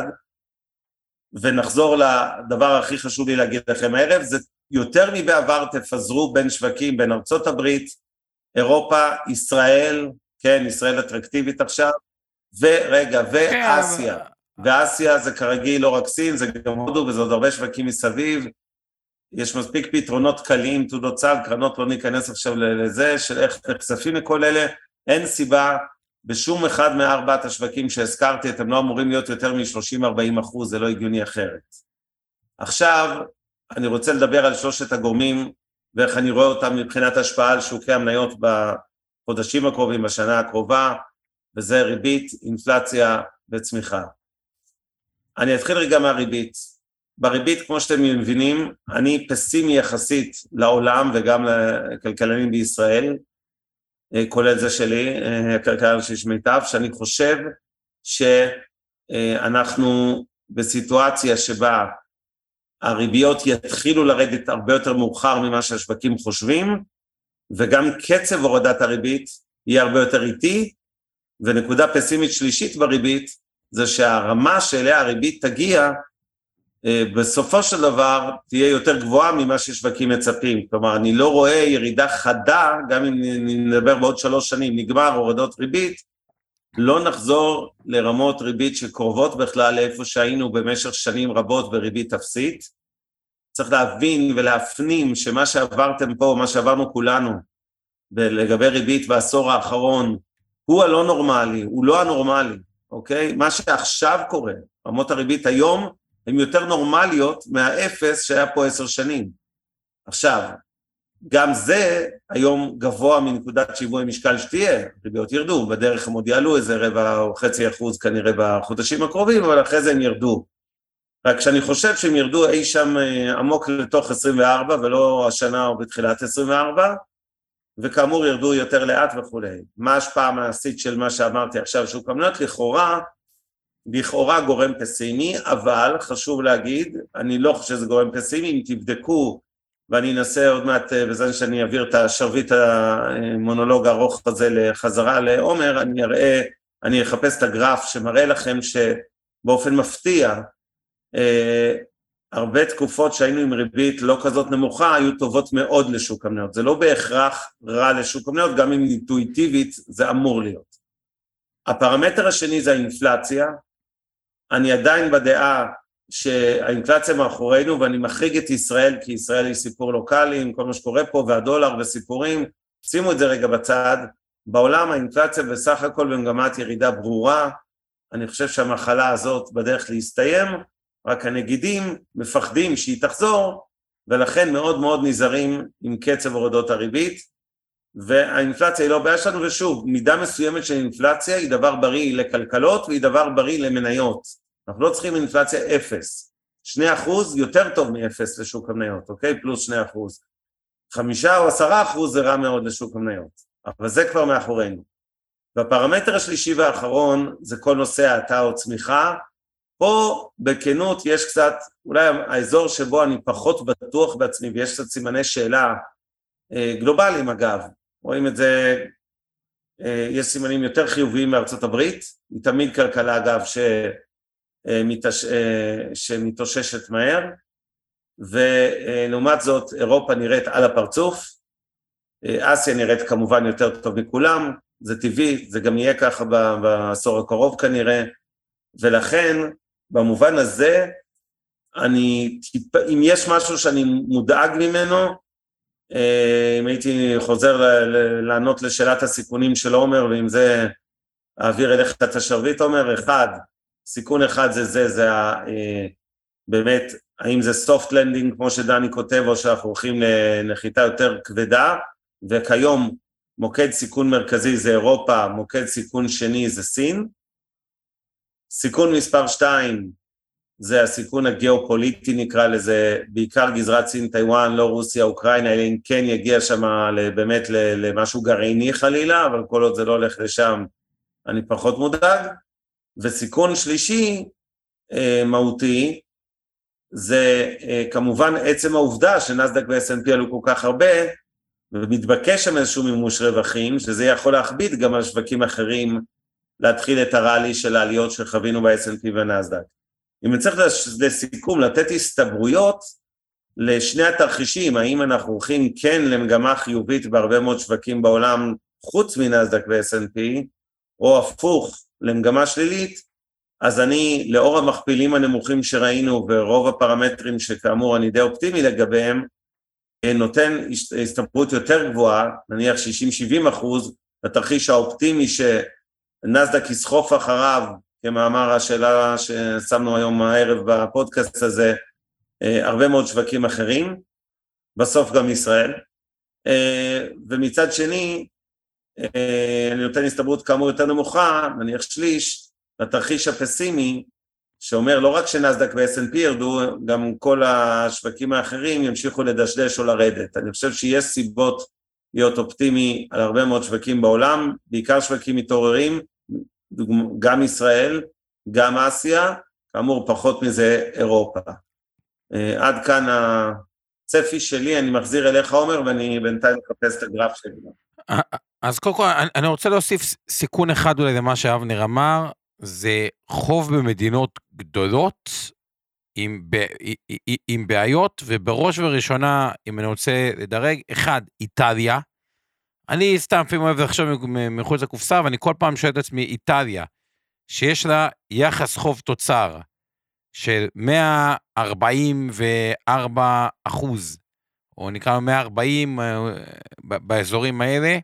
ונחזור לדבר הכי חשוב לי להגיד לכם הערב, זה יותר מבעבר תפזרו בין שווקים, בין ארצות הברית, אירופה, ישראל, כן, ישראל אטרקטיבית עכשיו, ורגע, ואסיה, ואסיה זה כרגיל לא רק סין, זה גם הודו, וזה עוד הרבה שווקים מסביב, יש מספיק פתרונות קלים, תעודות סל, קרנות, לא ניכנס עכשיו לזה, של איך נחשפים לכל אלה, אין סיבה, בשום אחד מארבעת השווקים שהזכרתי, אתם לא אמורים להיות יותר מ-שלושים עד ארבעים אחוז, זה לא הגיוני אחרת. עכשיו, אני רוצה לדבר על שלושת הגורמים, ואיך אני רואה אותם מבחינת השפעה על שוקי המניות בחודשים הקרובים, בשנה הקרובה, וזה ריבית, אינפלציה וצמיחה. אני אתחיל רגע מהריבית. בריבית, כמו שאתם מבינים, אני פסימי יחסית לעולם וגם לכלכלנים בישראל, כולל זה שלי, הכלכלן שיש מיטב, שאני חושב שאנחנו בסיטואציה שבה הריביות יתחילו לרדת הרבה יותר מאוחר ממה שהשווקים חושבים, וגם קצב הורדת הריבית יהיה הרבה יותר איטי, ונקודה פסימית שלישית בריבית, זה שהרמה שאליה הריבית תגיע, בסופו של דבר תהיה יותר גבוהה ממה ששווקים מצפים, כלומר אני לא רואה ירידה חדה, גם אם נדבר בעוד שלוש שנים, נגמר הורדות ריבית, לא נחזור לרמות ריבית שקרובות בכלל לאיפה שהיינו במשך שנים רבות בריבית אפסית, צריך להבין ולהפנים שמה שעברתם פה, מה שעברנו כולנו ולגבי ריבית בעשור האחרון, הוא הלא נורמלי, הוא לא הנורמלי, אוקיי? מה שעכשיו קורה, רמות הריבית היום, הן יותר נורמליות מהאפס שהיה פה עשר שנים. עכשיו, גם זה היום גבוה מנקודת שיווי משקל שתהיה, ריביות ירדו, בדרך הם עוד יעלו איזה רבע או חצי אחוז כנראה בחודשים הקרובים, אבל אחרי זה הם ירדו. רק שאני חושב שהם ירדו אי שם עמוק לתוך עשרים וארבע, ולא השנה או בתחילת עשרים וארבע, וכאמור ירדו יותר לאט וכו'. מה ההשפעה המעשית של מה שאמרתי עכשיו, שוק המניות לכאורה, לכאורה גורם פסימי, אבל חשוב להגיד, אני לא חושב שזה גורם פסימי, אם תבדקו, ואני אנסה עוד מעט, בזמן שאני אעביר את השרביט המונולוג הארוך הזה לחזרה לעומר, אני אראה, אני אחפש את הגרף שמראה לכם שבאופן מפתיע, אה, הרבה תקופות שהיינו עם ריבית לא כזאת נמוכה, היו טובות מאוד לשוק המניות. זה לא בהכרח רע לשוק המניות, גם אם אינטואיטיבית זה אמור להיות. הפרמטר השני זה האינפלציה, אני עדיין בדעה שהאינפלציה מאחורינו, ואני מחריג את ישראל, כי ישראל היא סיפור לוקלי, עם כל מה שקורה פה, והדולר וסיפורים, שימו את זה רגע בצד, בעולם האינפלציה בסך הכל במגמת ירידה ברורה, אני חושב שהמחלה הזאת בדרך להסתיים, רק הנגידים מפחדים שהיא תחזור, ולכן מאוד מאוד נזהרים עם קצב הורדות הריבית, והאינפלציה היא לא בעיה שלנו, ושוב, מידה מסוימת של אינפלציה היא דבר בריא לכלכלות, והיא דבר בריא למניות. אנחנו לא צריכים אינפלציה אפס. שני אחוז יותר טוב מאפס לשוק המניות, אוקיי? פלוס שני אחוז. חמישה או עשרה אחוז זה רע מאוד לשוק המניות, אבל זה כבר מאחורינו. והפרמטר השלישי והאחרון זה כל נושא ההאטה או צמיחה, פה בכנות יש קצת, אולי האזור שבו אני פחות בטוח בעצמי, ויש קצת סימני שאלה גלובליים אגב, רואים את זה, יש סימנים יותר חיוביים מארצות הברית, היא תמיד כלכלה אגב שמתש... שמתאוששת מהר, ולעומת זאת אירופה נראית על הפרצוף, אסיה נראית כמובן יותר טוב מכולם, זה טבעי, זה גם יהיה ככה בעשור הקרוב כנראה, ולכן במובן הזה, אני, אם יש משהו שאני מודאג ממנו, אם הייתי חוזר לענות לשאלת הסיכונים של עומר, ואם זה אעביר אליך את השרביט עומר, אחד, סיכון אחד זה זה, זה באמת, האם זה soft landing כמו שדני כותב, או שאנחנו הולכים לנחיתה יותר כבדה, וכיום מוקד סיכון מרכזי זה אירופה, מוקד סיכון שני זה סין, סיכון מספר שתיים, זה הסיכון הגיאופוליטי נקרא לזה, בעיקר גזרת סין, טיואן, לא רוסיה, אוקראינה, אלא אם כן יגיע שם באמת למשהו גרעיני חלילה, אבל כל עוד זה לא הולך לשם, אני פחות מודאג. וסיכון שלישי, מהותי, זה כמובן עצם העובדה שנסדק ו-אס אנד פי עלו כל כך הרבה, ומתבקש שם איזשהו מימוש רווחים, שזה יכול להכביד גם על שווקים אחרים, להתחיל את הראלי של העליות שחווינו ב-אס אנד פי ונסדק. אם אני צריך לסיכום, לתת הסתברויות לשני התרחישים, האם אנחנו הולכים כן למגמה חיובית בהרבה מאוד שווקים בעולם, חוץ מנסדק ו-אס אנד פי, או הפוך למגמה שלילית, אז אני, לאור המכפילים הנמוכים שראינו, ורוב הפרמטרים שכאמור אני די אופטימי לגביהם, נותן הסתברות יותר גבוהה, נניח שישים שבעים אחוז, לתרחיש האופטימי שנסדק יסחוף אחריו, כמאמר השאלה ששמנו היום הערב בפודקאסט הזה, הרבה מאוד שווקים אחרים, בסוף גם ישראל, ומצד שני, אני נותן הסתברות כאמור יותר נמוכה, נניח שליש, לתרחיש הפסימי, שאומר לא רק שנסדק ו-אס אנד פי ירדו, גם כל השווקים האחרים ימשיכו לדשדש או לרדת. אני חושב שיש סיבות להיות אופטימי על הרבה מאוד שווקים בעולם, בעיקר שווקים מתעוררים, גם ישראל, גם אסיה, כאמור פחות מזה אירופה. עד כאן הצפי שלי, אני מחזיר אליך עומר, ואני בינתיים מחפש את הגרף שלי. אז קודם כל, אני רוצה להוסיף סיכון אחד אולי למה שאבנר אמר, זה חוב במדינות גדולות, עם, ב, עם בעיות, ובראש וראשונה, אם אני רוצה לדרג, אחד, איטליה, אני סתם פעמים אוהב לחשוב מחוץ לקופסה, ואני כל פעם שואל את עצמי, איטליה, שיש לה יחס חוב תוצר, של מאה ארבעים וארבע אחוז, או נקרא לו מאה וארבעים, באזורים האלה,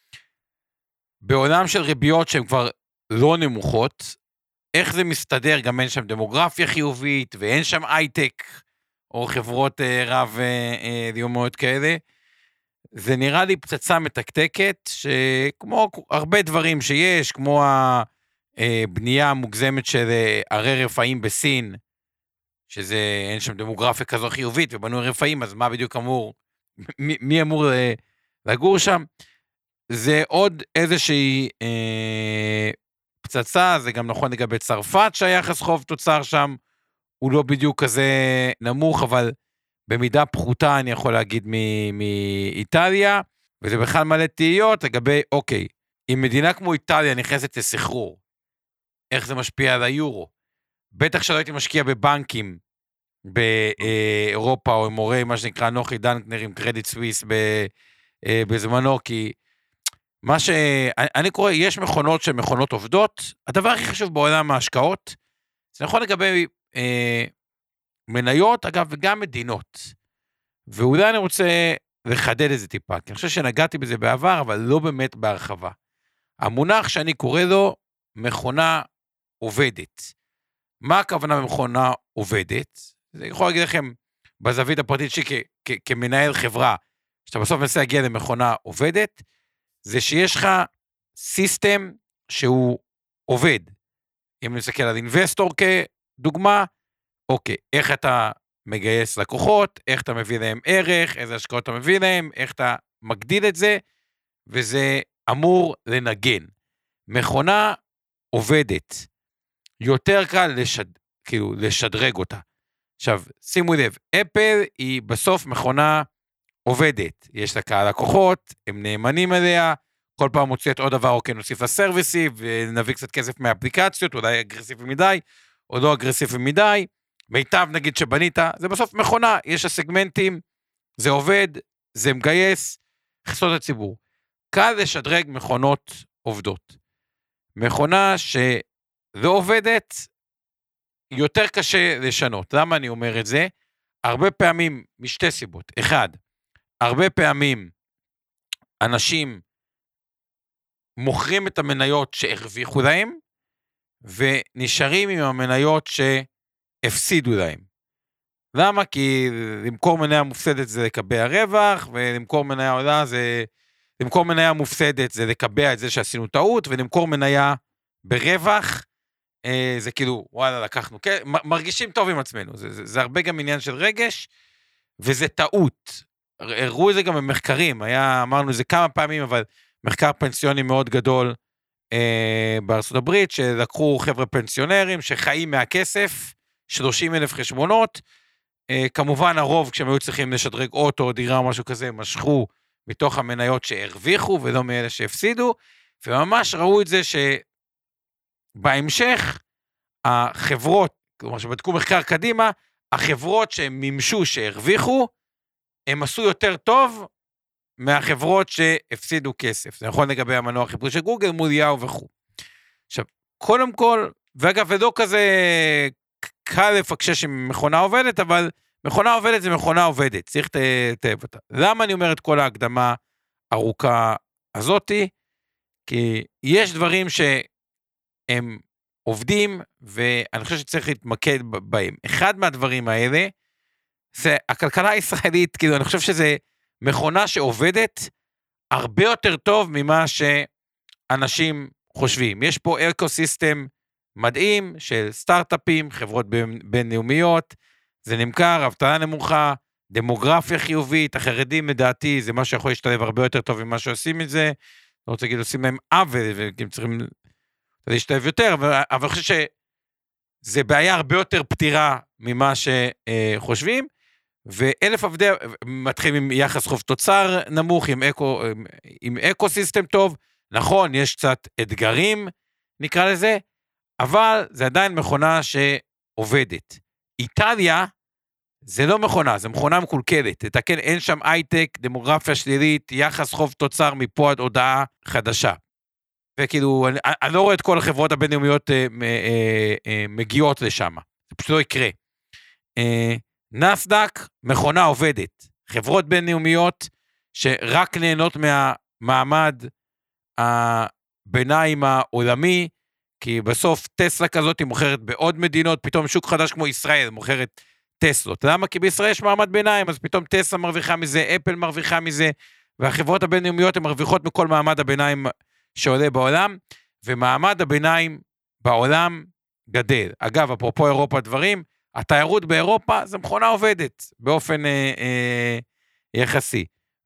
בעולם של ריביות שהן כבר לא נמוכות, איך זה מסתדר, גם אין שם דמוגרפיה חיובית, ואין שם הייטק, או חברות רב דיומות כאלה, זה נראה לי פצצה מתקתקת, שכמו הרבה דברים שיש, כמו הבנייה המוגזמת של ערי רפאים בסין, שזה, אין שם דמוגרפיה כזו חיובית, ובנו רפאים, אז מה בדיוק אמור, מי, מי אמור לגור שם? זה עוד איזושהי אה, פצצה, זה גם נכון לגבי צרפת, שהיחס חוב תוצר שם, הוא לא בדיוק כזה נמוך, אבל במידה פחותה אני יכול להגיד מאיטליה, וזה בכלל מלא תהיות לגבי, אוקיי, אם מדינה כמו איטליה נכנסת לסחרור, איך זה משפיע על היורו? בטח שלא הייתי משקיע בבנקים באירופה, או עם מורי, מה שנקרא נוחי דנקנר עם קרדיט סוויס בזמנו, כי מה ש... אני קורא, יש מכונות שהן מכונות עובדות, הדבר הכי חשוב בעולם ההשקעות, זה נכון לגבי אה, מניות, אגב, וגם מדינות. ואולי אני רוצה לחדד את זה טיפה, כי אני חושב שנגעתי בזה בעבר, אבל לא באמת בהרחבה. המונח שאני קורא לו, מכונה עובדת. מה הכוונה במכונה עובדת? זה יכול להגיד לכם, בזווית הפרטית שלי כ- כ- כמנהל חברה, שאתה בסוף מנסה להגיע למכונה עובדת, זה שיש לך סיסטם שהוא עובד. אם נסתכל על אינבסטור כדוגמה, אוקיי, איך אתה מגייס לקוחות, איך אתה מביא להם ערך, איזה השקעות אתה מביא להם, איך אתה מגדיל את זה, וזה אמור לנגן. מכונה עובדת, יותר קל לשד, כאילו, לשדרג אותה. עכשיו, שימו לב, אפל היא בסוף מכונה עובדת. יש לה קהל לקוחות, הם נאמנים אליה, כל פעם מוציאת עוד דבר, או כן נוסיף לסרוויסי, ונביא קצת כסף מהאפליקציות, אולי אגרסיבי מדי, או לא אגרסיבי מדי, מיטב נגיד שבנית, זה בסוף מכונה, יש הסגמנטים, זה עובד, זה מגייס, חסות הציבור. קל לשדרג מכונות עובדות. מכונה שלא עובדת, יותר קשה לשנות. למה אני אומר את זה? הרבה פעמים, משתי סיבות. אחד, הרבה פעמים אנשים מוכרים את המניות שהרוויחו להם, ונשארים עם המניות שהפסידו להם. למה? כי למכור מניה מופסדת זה לקבע רווח, ולמכור מניה עולה זה, למכור מניה מופסדת זה לקבע את זה שעשינו טעות, ולמכור מניה ברווח, זה כאילו, וואלה, לקחנו, מרגישים טוב עם עצמנו, זה, זה, זה הרבה גם עניין של רגש, וזה טעות. הראו את זה גם במחקרים, היה, אמרנו זה כמה פעמים, אבל מחקר פנסיוני מאוד גדול אה, בארצות הברית, שלקחו חבר'ה פנסיונרים שחיים מהכסף, שלושים אלף חשבונות, אה, כמובן הרוב כשהם היו צריכים לשדרג אוטו או דירה או משהו כזה, משכו מתוך המניות שהרוויחו ולא מאלה שהפסידו, וממש ראו את זה שבהמשך החברות, כלומר שבדקו מחקר קדימה, החברות שהם מימשו שהרוויחו, הם עשו יותר טוב מהחברות שהפסידו כסף. זה נכון לגבי המנוע חיפוש של גוגל, מול יאו וכו'. עכשיו, קודם כל, ואגב, ודו כזה קל לפקשש עם מכונה עובדת, אבל מכונה עובדת זה מכונה עובדת, צריך לתאב אותה. למה אני אומר את כל ההקדמה ארוכה הזאתי? כי יש דברים שהם עובדים, ואני חושב שצריך להתמקד בהם. אחד מהדברים האלה, זה הכלכלה הישראלית, כאילו אני חושב שזה מכונה שעובדת הרבה יותר טוב ממה שאנשים חושבים. יש פה אקוסיסטם מדהים של סטארט-אפים, חברות בינלאומיות, זה נמכר, אבטלה נמוכה, דמוגרפיה חיובית, החרדים לדעתי זה מה שיכול להשתלב הרבה יותר טוב ממה שעושים את זה, לא רוצה להגיד, עושים להם עוול, והם צריכים להשתלב יותר, אבל אני חושב שזה בעיה הרבה יותר פתירה ממה שחושבים, ואלף עבדי, מתחילים עם יחס חוב תוצר נמוך, עם אקו, עם אקוסיסטם טוב, נכון, יש קצת אתגרים, נקרא לזה, אבל זה עדיין מכונה שעובדת. איטליה, זה לא מכונה, זה מכונה מקולקלת, תתקן, אין שם הייטק, דמוגרפיה שלילית, יחס חוב תוצר מפה עד הודעה חדשה. וכאילו, אני, אני לא רואה את כל החברות הבינלאומיות אה, אה, אה, מגיעות לשם, זה פשוט לא יקרה. אה, נסדק, מכונה עובדת, חברות בינלאומיות שרק נהנות מהמעמד הביניים העולמי, כי בסוף טסלה כזאת היא מוכרת בעוד מדינות, פתאום שוק חדש כמו ישראל מוכרת טסלות. למה? כי בישראל יש מעמד ביניים, אז פתאום טסלה מרוויחה מזה, אפל מרוויחה מזה, והחברות הבינלאומיות הן מרוויחות מכל מעמד הביניים שעולה בעולם, ומעמד הביניים בעולם גדל. אגב, אפרופו אירופה דברים, התיירות באירופה זה מכונה עובדת, באופן אה, אה, יחסי,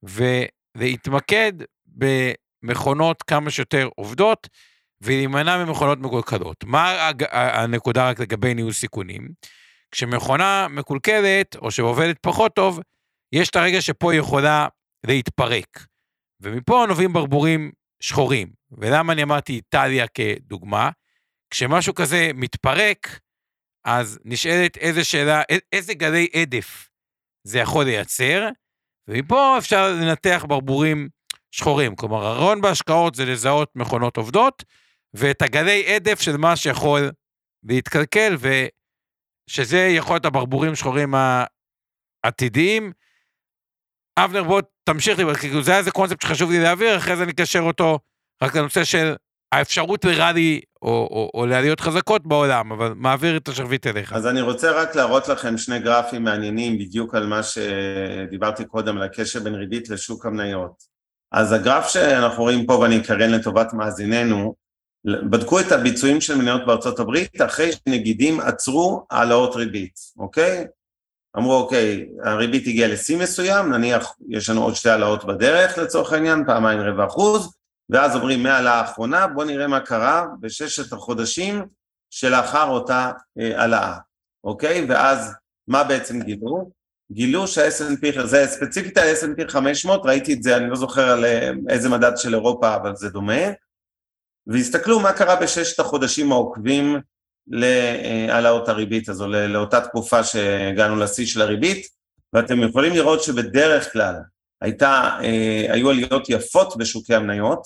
ולהתמקד במכונות כמה שיותר עובדות, ולהימנע ממכונות מקולקלות. מה הנקודה רק לגבי ניהול סיכונים? כשמכונה מקולקלת, או שעובדת פחות טוב, יש את הרגע שפה היא יכולה להתפרק, ומפה נובעים ברבורים שחורים, ולמה אני אמרתי איטליה כדוגמה? כשמשהו כזה מתפרק, אז נשאלת איזה שאלה, איזה גלי עדף זה יכול לייצר, ומפה אפשר לנתח ברבורים שחורים, כלומר הרעיון בהשקעות זה לזהות מכונות עובדות, ואת הגלי עדף של מה שיכול להתקלקל, ושזה יכול להיות הברבורים שחורים העתידיים. אבנר, בוא תמשיך לי, כי זה היה איזה קונספט שחשוב לי להעביר, אחרי זה נקשר אותו רק לנושא של האפשרות לרלי, או, או, או לעליות חזקות בעולם, אבל מעביר את השרביט אליך. אז אני רוצה רק להראות לכם שני גרפים מעניינים, בדיוק על מה שדיברתי קודם, על הקשר בין ריבית לשוק המניות. אז הגרף שאנחנו רואים פה, ואני אקרן לטובת מאזיננו, בדקו את הביצועים של מניות בארצות הברית, אחרי שנגידים עצרו העלאות ריבית, אוקיי? אמרו, אוקיי, הריבית הגיעה לשיא מסוים, נניח יש לנו עוד שתי העלאות בדרך לצורך העניין, פעמיים רבע אחוז, ואז אומרים מהעלאה האחרונה, בואו נראה מה קרה בששת החודשים שלאחר אותה העלאה, אוקיי? ואז מה בעצם גילו? גילו שה-אס אנד פי, זה ספציפית ה-אס אנד פי חמש מאות, ראיתי את זה, אני לא זוכר על איזה מדד של אירופה, אבל זה דומה, והסתכלו מה קרה בששת החודשים העוקבים להעלאות הריבית הזו, לאותה תקופה שהגענו לשיא של הריבית, ואתם יכולים לראות שבדרך כלל הייתה, היו עליות יפות בשוקי המניות,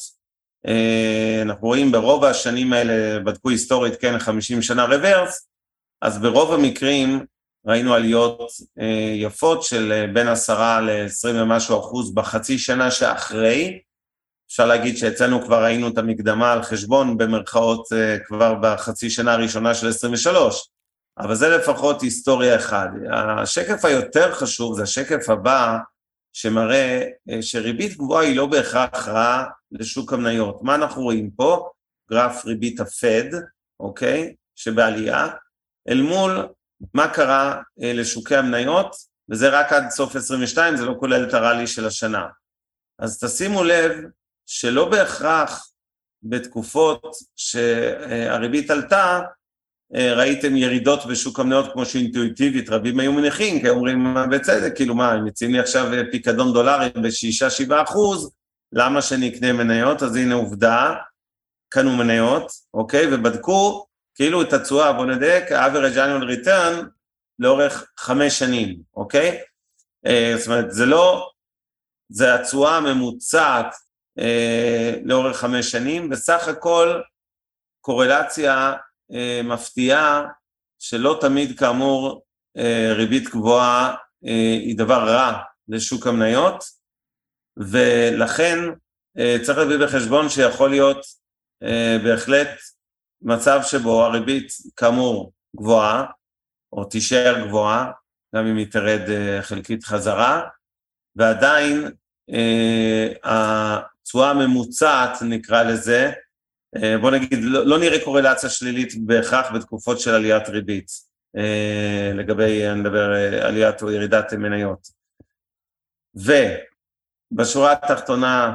אנחנו רואים ברוב השנים האלה, בדקו היסטורית, כן, חמישים שנה רוורס, אז ברוב המקרים ראינו עליות יפות של בין עשרה ל-עשרים ומשהו אחוז בחצי שנה שאחרי, אפשר להגיד שאצלנו כבר ראינו את המקדמה על חשבון במרכאות כבר בחצי שנה הראשונה של עשרים ושלוש, אבל זה לפחות היסטוריה אחד. השקף היותר חשוב זה השקף הבא, שמראה שריבית גבוהה היא לא בהכרח רעה לשוק המניות. מה אנחנו רואים פה? גרף ריבית הפד, אוקיי? שבעלייה, אל מול מה קרה לשוקי המניות, וזה רק עד סוף עשרים ושתיים, זה לא כולל את הרלי של השנה. אז תשימו לב שלא בהכרח בתקופות שהריבית עלתה, ראיתם ירידות בשוק המניות כמו שאינטואיטיבית, רבים היו מניחים, כי אומרים בצדק, כאילו מה, הם מציעים לי עכשיו פיקדון דולרי בשישה שבעה אחוז, למה שאני אקנה מניות? אז הנה עובדה, קנו מניות, אוקיי, ובדקו כאילו את התשואה, בוא נדייק, average annual return, לאורך חמש שנים, אוקיי? זאת אומרת, זה לא, זה התשואה הממוצעת לאורך חמש שנים, בסך הכל קורלציה מפתיעה, שלא תמיד כאמור ריבית גבוהה היא דבר רע לשוק המניות, ולכן צריך להביא בחשבון שיכול להיות בהחלט מצב שבו הריבית כאמור גבוהה, או תישאר גבוהה, גם אם היא תרד חלקית חזרה, ועדיין התשואה הממוצעת נקרא לזה, בוא נגיד, לא, לא נראה קורלציה שלילית בהכרח בתקופות של עליית ריבית, לגבי, אני מדבר, עליית או ירידת מניות. ובשורה התחתונה,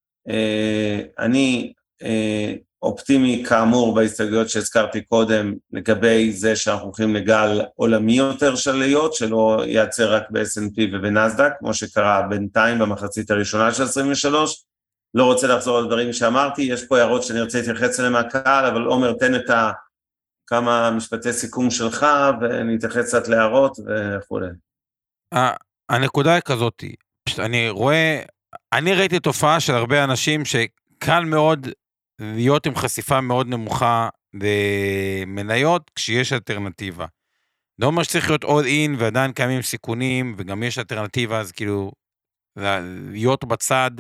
אני אופטימי כאמור בהסתייגויות שהזכרתי קודם, לגבי זה שאנחנו הולכים לגל עולמי יותר של עליות, שלא ייעצר רק ב-אס אנד פי ובנסדק, כמו שקרה בינתיים במחצית הראשונה של עשרים ושלוש, לא רוצה לחזור על דברים שאמרתי, יש פה הערות שאני רוצה להתייחס אליהם מהקהל, אבל עומר, תן את כמה משפטי סיכום שלך, ואני אתייחס קצת להערות וכו'. הנקודה היא כזאת, אני רואה, אני ראיתי תופעה של הרבה אנשים שקל מאוד להיות עם חשיפה מאוד נמוכה למניות, כשיש אלטרנטיבה. לא אומר שצריך להיות all in, ועדיין קיימים סיכונים, וגם יש אלטרנטיבה, אז כאילו, להיות בצד,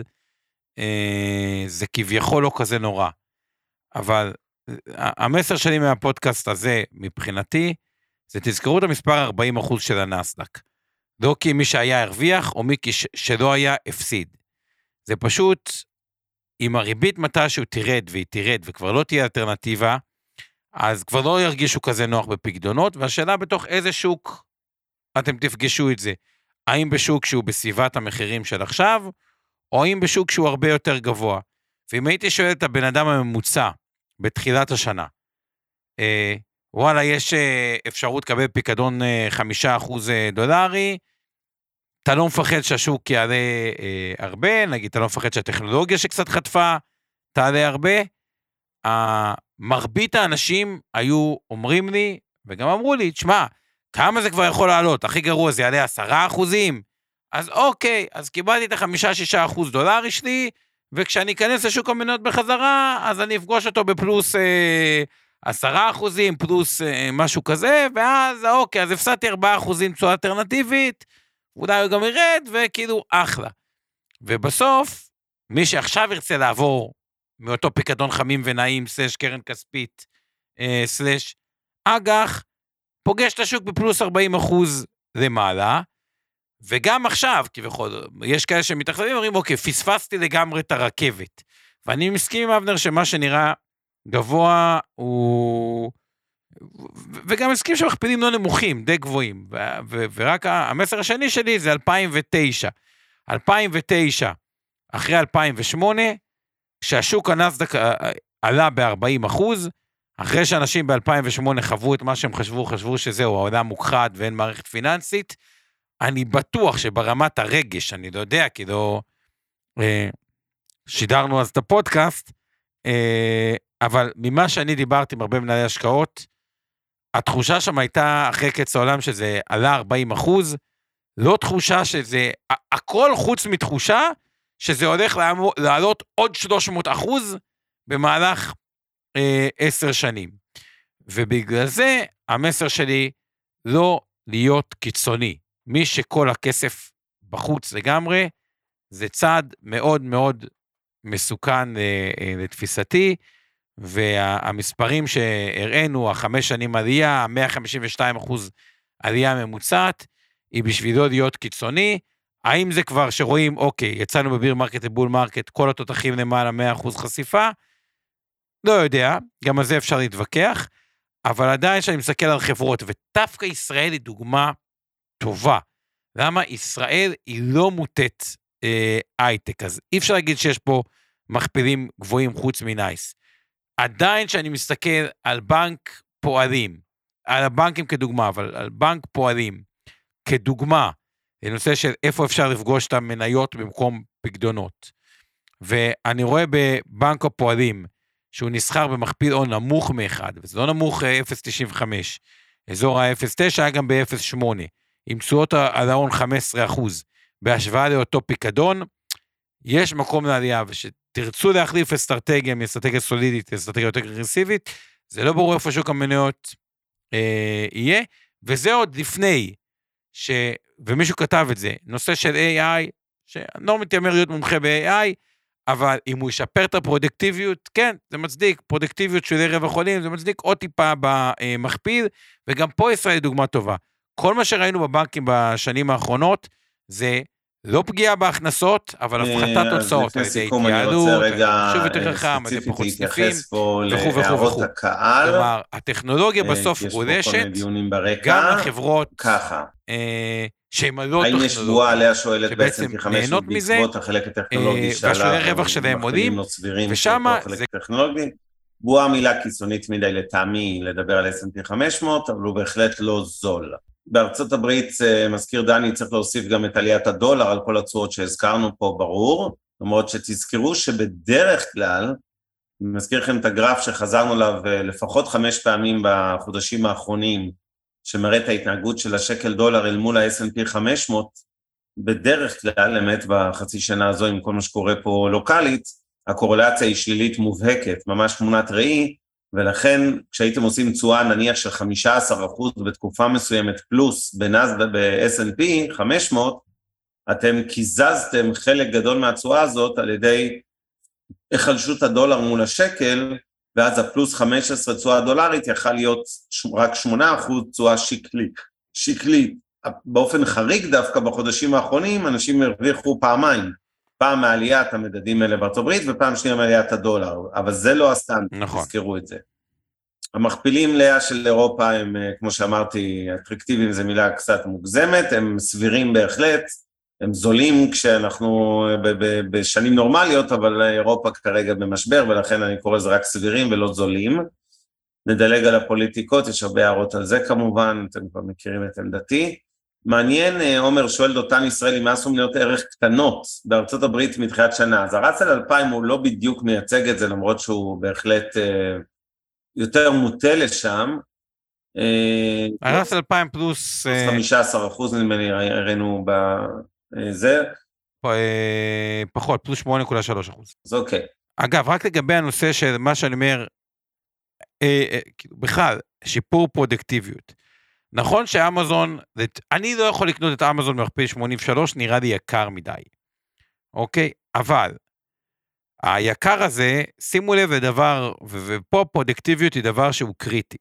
אה, זה כביכול לא כזה נורא. אבל המסר שלי מהפודקאסט הזה, מבחינתי, זה תזכרו את המספר ארבעים אחוז של הנסדק. לא כי מי שהיה הרוויח, או מי שלא היה הפסיד. זה פשוט, אם הריבית מתישהו תירד, והיא תירד, וכבר לא תהיה אלטרנטיבה, אז כבר לא ירגישו כזה נוח בפקדונות, והשאלה בתוך איזה שוק אתם תפגשו את זה. האם בשוק שהוא בסביבת המחירים של עכשיו, או האם בשוק שהוא הרבה יותר גבוה. ואם הייתי שואל את הבן אדם הממוצע, בתחילת השנה, אה, וואלה, יש אה, אפשרות לקבל פיקדון אה, חמישה אחוז דולרי, אתה לא מפחד שהשוק יעלה אה, הרבה, נגיד, אתה לא מפחד שהטכנולוגיה שקצת חטפה, תעלה הרבה, מרבית האנשים היו אומרים לי, וגם אמרו לי, תשמע, כמה זה כבר יכול לעלות? הכי גרוע זה יעלה עשרה אחוזים, אז אוקיי, אז קיבלתי את החמישה, שישה אחוז דולרי שלי, וכשאני אכנס לשוק המניות בחזרה, אז אני אפגוש אותו בפלוס אה, עשרה אחוזים, פלוס אה, משהו כזה, ואז אוקיי, אז הפסדתי ארבעה אחוזים צורה אלטרנטיבית, אולי הוא גם ירד, וכאילו אחלה. ובסוף, מי שעכשיו ירצה לעבור, מאותו פיקדון חמים ונעים, סלש קרן כספית, אה, סלש אג"ח, פוגש את השוק בפלוס ארבעים אחוז למעלה, וגם עכשיו, כביכול, יש כאלה שמתאכזבים, אומרים, אוקיי, פספסתי לגמרי את הרכבת, ואני מסכים עם אבנר שמה שנראה גבוה, הוא... וגם מסכים שמכפילים לא נמוכים, די גבוהים, ו... ו... ורק המסר השני שלי זה אלפיים ותשע. אלפיים ותשע, אחרי אלפיים ושמונה, שהשוק הנסדק עלה ב-ארבעים אחוז, אחרי שאנשים ב-אלפיים ושמונה חוו את מה שהם חשבו, חשבו שזהו, העולם מוכחד ואין מערכת פיננסית, אני בטוח שברמת הרגש, אני לא יודע, כי לא אה, שידרנו אז את הפודקאסט, אה, אבל ממה שאני דיברתי עם הרבה מנהלי השקעות, התחושה שם הייתה אחרי קץ העולם שזה עלה ארבעים אחוז, לא תחושה שזה, הכל חוץ מתחושה, שזה הולך לעלות עוד שלוש מאות אחוז במהלך אה, עשר שנים. ובגלל זה המסר שלי לא להיות קיצוני. מי שכל הכסף בחוץ לגמרי, זה צעד מאוד מאוד מסוכן אה, אה, לתפיסתי, והמספרים שהראינו, החמש שנים עלייה, מאה חמישים ושתיים אחוז עלייה ממוצעת, היא בשבילו להיות קיצוני. האם זה כבר שרואים, אוקיי, יצאנו בביר מרקט לבול מרקט, כל התותחים למעלה מאה אחוז חשיפה? לא יודע, גם על זה אפשר להתווכח, אבל עדיין שאני מסתכל על חברות, ודווקא ישראל היא דוגמה טובה. למה? ישראל היא לא מוטט אה, הייטק, אז אי אפשר להגיד שיש פה מכפילים גבוהים חוץ מנייס. עדיין שאני מסתכל על בנק פועלים, על הבנקים כדוגמה, אבל על בנק פועלים כדוגמה, לנושא של איפה אפשר לפגוש את המניות במקום פקדונות. ואני רואה בבנק הפועלים, שהוא נסחר במכפיל או נמוך מאחד, וזה לא נמוך אפס נקודה תשעים וחמש, אזור ה-אפס נקודה תשע היה גם ב-אפס נקודה שמונה, עם תשואות על ההון חמישה עשר אחוז, בהשוואה לאותו פיקדון, יש מקום לעלייה, ושתרצו להחליף אסטרטגיה, מאסטרטגיה סולידית, אסטרטגיה יותר אגרסיבית, זה לא ברור איפה שוק המניות אה, יהיה, וזה עוד לפני, ש... ומישהו כתב את זה, נושא של איי איי, שאני לא מתיימר להיות מומחה ב-איי איי, אבל אם הוא ישפר את הפרודקטיביות, כן, זה מצדיק, פרודקטיביות של רווח חולים, זה מצדיק עוד טיפה במכפיל, וגם פה ישראל היא דוגמה טובה. כל מה שראינו בבנקים בשנים האחרונות, זה לא פגיעה בהכנסות, אבל הפחתת תוצאות, על ידי התייעלות, שוב יותר חכם, על ידי פחות סניפים, וכו' וכו' וכו'. כלומר, הטכנולוגיה בסוף רודשת, גם לחברות שהן לא טכנולוגיות. האם יש בועה עליה שואלת בעצם כ-חמש מאות בעקבות החלק הטכנולוגי שעלה, והשולי רווח שלהם עולים, ושם זה... בועה מילה קיצונית מדי לטעמי לדבר על אס אנד פי חמש מאות, אבל הוא בהחלט לא זול. בארצות הברית, מזכיר דני, צריך להוסיף גם את עליית הדולר על כל הצועות שהזכרנו פה, ברור, למרות שתזכרו שבדרך כלל, אני מזכיר לכם את הגרף שחזרנו עליו לפחות חמש פעמים בחודשים האחרונים, שמראה את ההתנהגות של השקל דולר אל מול ה-אס אנד פי חמש מאות, בדרך כלל, באמת בחצי שנה הזו, עם כל מה שקורה פה לוקלית, הקורלציה היא שלילית מובהקת, ממש תמונת ראי, ולכן כשהייתם עושים תשואה נניח של חמישה עשר אחוז בתקופה מסוימת פלוס ב-אס אנד פי חמש מאות, אתם קיזזתם חלק גדול מהתשואה הזאת על ידי החלשות הדולר מול השקל, ואז הפלוס חמש עשרה תשואה דולרית יכל להיות רק שמונה אחוז תשואה שקלית. שקלית. באופן חריג דווקא בחודשים האחרונים, אנשים הרוויחו פעמיים, פעם מעליית המדדים האלה בארצות הברית, ופעם שנייה מעליית הדולר, אבל זה לא הסטנדרט, נכון. תזכרו את זה. המכפילים לאה של אירופה הם, כמו שאמרתי, אטרקטיביים זה מילה קצת מוגזמת, הם סבירים בהחלט, הם זולים כשאנחנו בשנים נורמליות, אבל אירופה כרגע במשבר, ולכן אני קורא לזה רק סבירים ולא זולים. נדלג על הפוליטיקות, יש הרבה הערות על זה כמובן, אתם כבר מכירים את עמדתי. מעניין, עומר שואל דותן ישראלי, מה עשו מניות ערך קטנות בארצות הברית מתחילת שנה? אז הרץ על אלפיים הוא לא בדיוק מייצג את זה, למרות שהוא בהחלט אה, יותר מוטה לשם. הרץ על אלפיים פלוס... חמישה עשר אחוז נדמה לי, הראינו בזה. פחות, פלוס שמונה נקודה שלוש אחוז. אז אוקיי. אגב, רק לגבי הנושא של מה שאני אומר, אה, אה, בכלל, שיפור פרודקטיביות. נכון שאמזון, אני לא יכול לקנות את אמזון במכפיל שמונים ושלוש, נראה לי יקר מדי. אוקיי? אבל, היקר הזה, שימו לב לדבר, ופה פרודקטיביות היא דבר שהוא קריטי.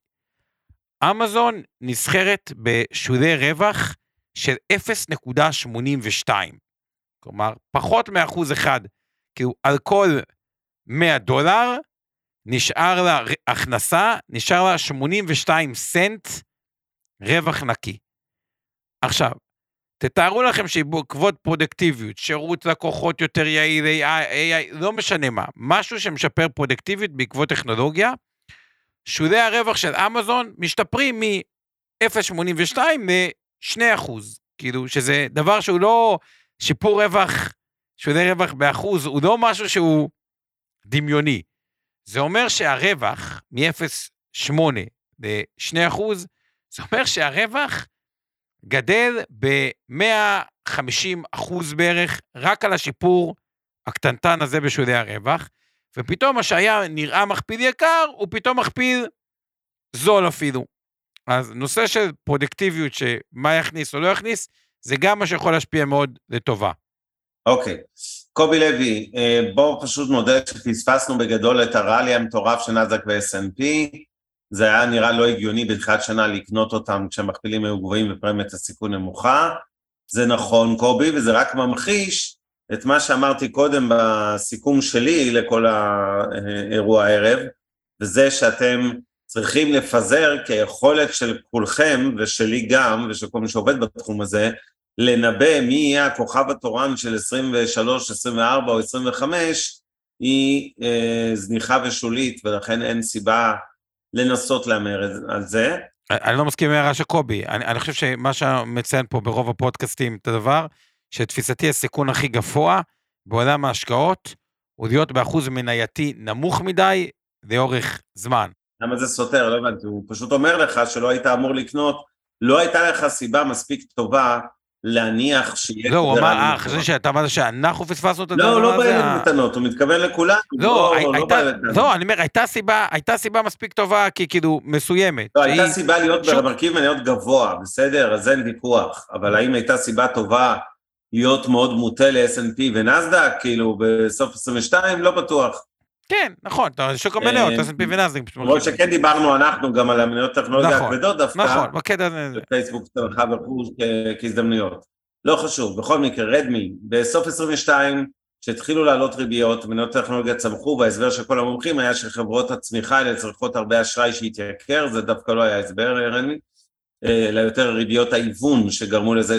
אמזון נסחרת בשולי רווח של אפס נקודה שמונים ושתיים. כלומר, פחות מאחוז אחד, כאילו על כל מאה דולר, נשאר לה הכנסה, נשאר לה שמונים ושתיים סנט רווח נקי. עכשיו, תתארו לכם שבעקבות פרודקטיביות, שירות לקוחות יותר יעיל, איי איי, לא משנה מה, משהו שמשפר פרודקטיביות בעקבות טכנולוגיה, שולי הרווח של אמזון משתפרים מ-אפס נקודה שמונים ושתיים ל-שני אחוז, כאילו שזה דבר שהוא לא שיפור רווח, שולי רווח באחוז, הוא לא משהו שהוא דמיוני. זה אומר שהרווח מ-אפס נקודה שמונה ל-שני אחוז, זה אומר שהרווח גדל ב-מאה וחמישים אחוז בערך, רק על השיפור הקטנטן הזה בשולי הרווח, ופתאום מה שהיה נראה מכפיל יקר, הוא פתאום מכפיל זול אפילו. אז נושא של פרודקטיביות, שמה יכניס או לא יכניס, זה גם מה שיכול להשפיע מאוד לטובה. אוקיי, קובי לוי, בואו פשוט מודד שפספסנו בגדול את הראלי המטורף של נאסד"ק ו-אס אנד פי, זה היה נראה לא הגיוני בתחילת שנה לקנות אותם כשהמכפילים היו גבוהים ופרמיית הסיכון נמוכה, זה נכון קובי, וזה רק ממחיש את מה שאמרתי קודם בסיכום שלי לכל האירוע הערב, וזה שאתם צריכים לפזר כיכולת של כולכם ושלי גם, ושל כל מי שעובד בתחום הזה, לנבא מי יהיה הכוכב התורן של עשרים ושלוש, עשרים וארבע או עשרים וחמש, היא אה, זניחה ושולית, ולכן אין סיבה לנסות לאמר על זה. אני לא מסכים עם הערה של קובי, אני, אני חושב שמה שמציין פה ברוב הפודקאסטים את הדבר, שתפיסתי הסיכון הכי גבוה בעולם ההשקעות, הוא להיות באחוז מנייתי נמוך מדי לאורך זמן. למה זה סותר? לא הבנתי, הוא פשוט אומר לך שלא היית אמור לקנות, לא הייתה לך סיבה מספיק טובה להניח שיהיה... לא, הוא אמר, אה, חשבי שאתה אמרת שאנחנו פספסנו את הדבר הזה. לא, לא בעלת מתנות, הוא מתכוון לכולם. לא, לא, אני אומר, הייתה סיבה מספיק טובה, כי כאילו מסוימת. לא, הייתה סיבה להיות במרכיב מניות גבוה, בסדר, אז אין ויכוח, אבל האם הייתה סיבה טובה להיות מאוד מוטה ל-אס אנד פי ונאסד"ק, כאילו בסוף עשרים ושתיים, לא בטוח. כן, נכון, אתה שוק המניות, אס אנד פי ונאסד"ק. למרות שכן דיברנו אנחנו גם על המניות טכנולוגיה הכבדות דווקא. נכון, בקטע הזה. בפייסבוק צמחה וחוש כהזדמנויות. לא חשוב, בכל מקרה, רדמי, בסוף עשרים ושתיים, שהתחילו לעלות ריביות, מניות טכנולוגיה צמחו, וההסבר של כל המומחים היה שחברות הצמיחה האלה צריכות הרבה אשראי שהתייקר, זה דווקא לא היה הסבר, רדמי, אלא יותר ריביות האיוון שגרמו לזה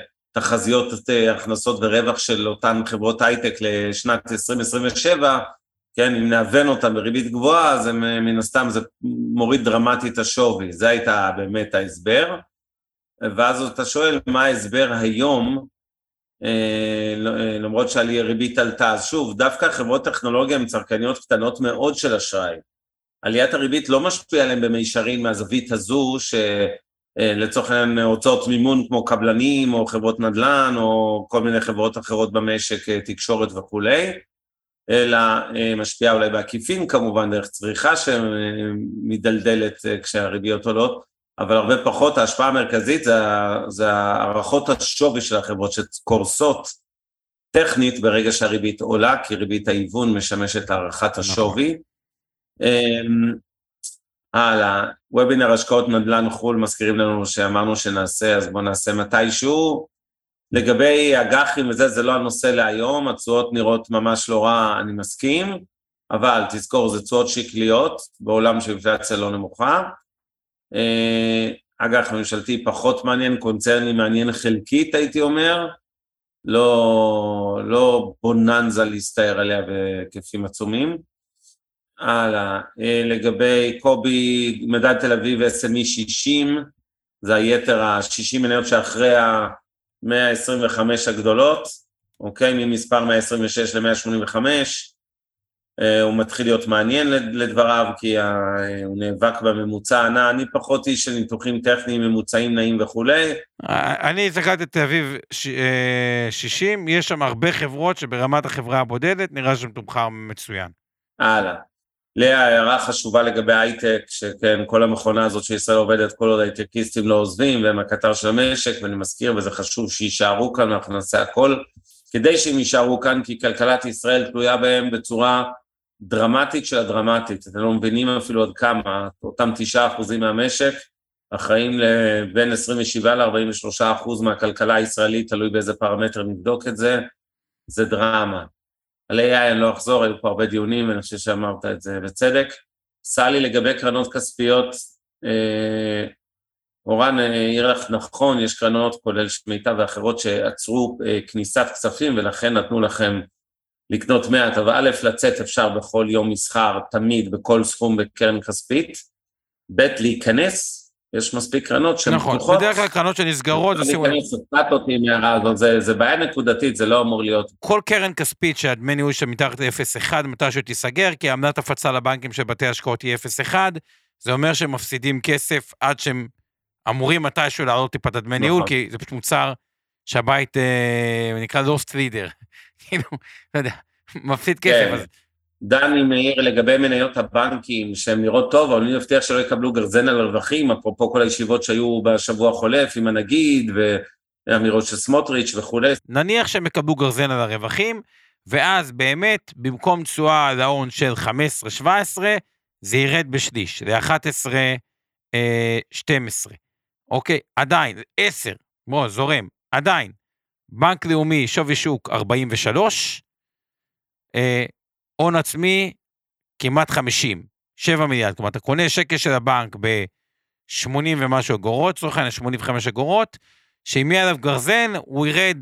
שתחזיות הכנסות ורווח של אותן חברות הייטק לשנת עשרים עשרים ושבע, כן, אם נאבן אותם בריבית גבוהה, אז מן הסתם זה מוריד דרמטית השווי, זה הייתה באמת ההסבר, ואז אתה שואל מה ההסבר היום, למרות שעלי ריבית עלתה, אז שוב, דווקא חברות טכנולוגיה הן צרכניות קטנות מאוד של אשראי, עליית הריבית לא משפיעה עליהן במישרין מהזווית הזו, שלצורך העניין הוצאות מימון כמו קבלנים, או חברות נדל"ן, או כל מיני חברות אחרות במשק, תקשורת וכולי, אלא משפיעה אולי בעקיפין כמובן, דרך צריכה שמדלדלת כשהריביות עולות, אבל הרבה פחות, ההשפעה המרכזית זה, זה הערכות השווי של החברות שקורסות טכנית ברגע שהריבית עולה, כי ריבית ההיוון משמשת הערכת השווי. הלאה, וובינר השקעות נדל"ן חול, מזכירים לנו שאמרנו שנעשה, אז בואו נעשה מתישהו. לגבי אג"חים וזה, זה לא הנושא להיום, התשואות נראות ממש לא רע, אני מסכים, אבל תזכור, זה תשואות שקליות, בעולם שאינפלציה לא נמוכה. אג"ח ממשלתי פחות מעניין, קונצרני מעניין חלקית, הייתי אומר, לא, לא בוננזה להסתער עליה בהיקפים עצומים. הלאה, לגבי קובי, מדד תל אביב אס אם אי שישים, זה היתר ה-שישים מניות שאחרי ה-מאה עשרים וחמש הגדולות, אוקיי, ממספר מאה עשרים ושש ל-מאה שמונים וחמש, הוא מתחיל להיות מעניין לדבריו, כי הוא נאבק בממוצע ענה, אני פחות איש של ניתוחים טכניים, ממוצעים נעים וכו'. אני הסתכלתי את תל אביב שישים, יש שם הרבה חברות שברמת החברה הבודדת, נראה שם תומחר מצוין. הלאה. לאה, הערה חשובה לגבי הייטק, שכן, כל המכונה הזאת שישראל עובדת, כל עוד הייטקיסטים לא עוזבים, והם הקטר של המשק, ואני מזכיר, וזה חשוב שישארו כאן, אנחנו נעשה הכל, כדי שהם יישארו כאן, כי כלכלת ישראל תלויה בהם בצורה דרמטית של הדרמטית, אתם לא מבינים אפילו עד כמה, אותם תשעה אחוזים מהמשק, אחראים לבין עשרים ושבעה ל-ארבעים ושלושה אחוז מהכלכלה הישראלית, תלוי באיזה פרמטר נבדוק את זה, זה דרמה. עליי אני לא אחזור, היו פה הרבה דיונים, ואני חושב שאמרת את זה בצדק. סלי, לגבי קרנות כספיות, אה, אורן העיר לך נכון, יש קרנות כולל שמיטה ואחרות שעצרו אה, כניסת כספים, ולכן נתנו לכם לקנות מעט, אבל א', לצאת אפשר בכל יום מסחר, תמיד, בכל סכום בקרן כספית, ב', להיכנס, יש מספיק קרנות שהן נכון, פתוחות. בדרך כלל קרנות שנסגרות, זה שימו... זה, זה בעיה נקודתית, זה לא אמור להיות. כל קרן כספית שהדמי ניהול שמתחת ל-אפס נקודה אחת, מתישהו תיסגר, כי עמלת הפצה לבנקים של בתי השקעות היא אפס נקודה אחת, זה אומר שהם מפסידים כסף עד שהם אמורים מתישהו לעלות טיפת הדמי ניהול, כי זה פשוט מוצר שהבית אה, נקרא lost leader, כאילו, לא יודע, מפסיד כסף. אז... דני מאיר לגבי מניות הבנקים, שהם נראות טוב, אבל אני מבטיח שלא יקבלו גרזן על הרווחים, אפרופו כל הישיבות שהיו בשבוע החולף, עם הנגיד, ואמירות של סמוטריץ' וכו'. נניח שהם יקבלו גרזן על הרווחים, ואז באמת, במקום תשואה להון של חמש עשרה שבע עשרה, זה ירד בשליש, ל-אחת עשרה שתים עשרה. אוקיי, עדיין, עשר, בוא, זורם, עדיין, בנק לאומי, שווי שוק ארבעים ושלוש, אה, הון עצמי כמעט חמישים, שבע מיליארד, כלומר, אתה קונה שקל של הבנק ב-שמונים ומשהו אגורות, צורך העניין שמונים וחמש אגורות, שאם יהיה עליו גרזן, הוא ירד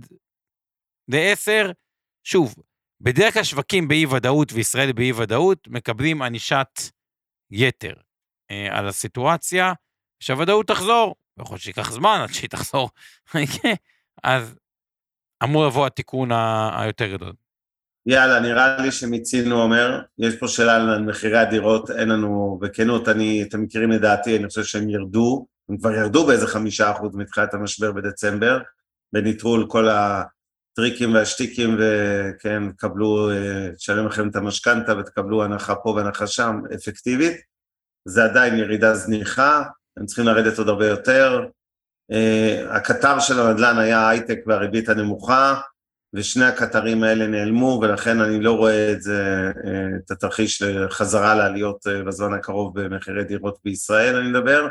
ל-עשר, שוב, בדרך כלל שווקים באי-ודאות, וישראל באי-ודאות, מקבלים ענישת יתר אה, על הסיטואציה, שהוודאות תחזור, יכול להיות שיקח זמן עד שהיא תחזור, אז אמור לבוא התיקון ה- היותר גדול. יאללה, נראה לי שמיצינו, אומר, יש פה שאלה על מחירי הדירות, אין לנו, בכנות, אני, אתם מכירים לדעתי, אני חושב שהם ירדו, הם כבר ירדו באיזה חמישה אחוז מתחילת המשבר בדצמבר, בניטרול כל הטריקים והשטיקים, וכן, קבלו, תשלם לכם את המשכנתה, ותקבלו הנחה פה והנחה שם, אפקטיבית, זה עדיין ירידה זניחה, הם צריכים לרדת עוד הרבה יותר, הקטר של הנדל"ן היה הייטק והריבית הנמוכה, ושני הקטרים האלה נעלמו, ולכן אני לא רואה את זה, את התרחיש לחזרה לעליות בזמן הקרוב במחירי דירות בישראל, אני מדבר,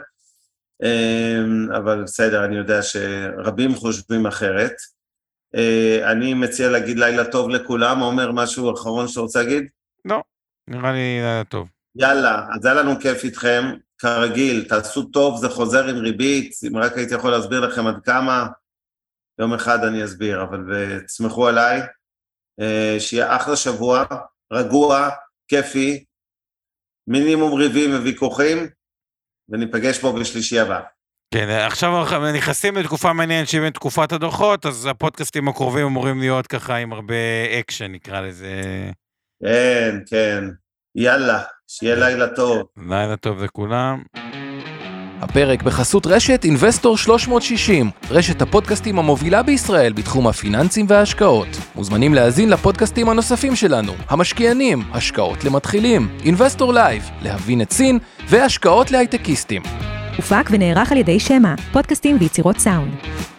אבל בסדר, אני יודע שרבים חושבים אחרת. אני מציע להגיד לילה טוב לכולם, אומר משהו אחרון שאתה רוצה להגיד? לא, נראה לי לילה טוב. יאללה, אז היה לנו כיף איתכם, כרגיל, תעשו טוב, זה חוזר עם ריבית, אם רק הייתי יכול להסביר לכם עד כמה, יום אחד אני אסביר, אבל תסמכו עליי, שיהיה אחלה שבוע, רגוע, כיפי, מינימום ריבים וויכוחים, וניפגש פה בשלישי הבא. כן, עכשיו נכנסים לתקופה מעניינת שהיא בין תקופת הדוחות, אז הפודקאסטים הקרובים אמורים להיות ככה עם הרבה אקשן, נקרא לזה. כן, כן, יאללה, שיהיה לילה טוב. לילה טוב לכולם. הפרק בחסות רשת אינבסטור שלוש מאות שישים, רשת הפודקאסטים המובילה בישראל בתחום הפיננסים וההשקעות. מוזמנים להאזין לפודקאסטים הנוספים שלנו, המשקיענים, השקעות למתחילים, אינבסטור לייב, להבין את סין והשקעות להייטקיסטים. הופק ונערך על ידי שמה, פודקאסטים ויצירות סאונד.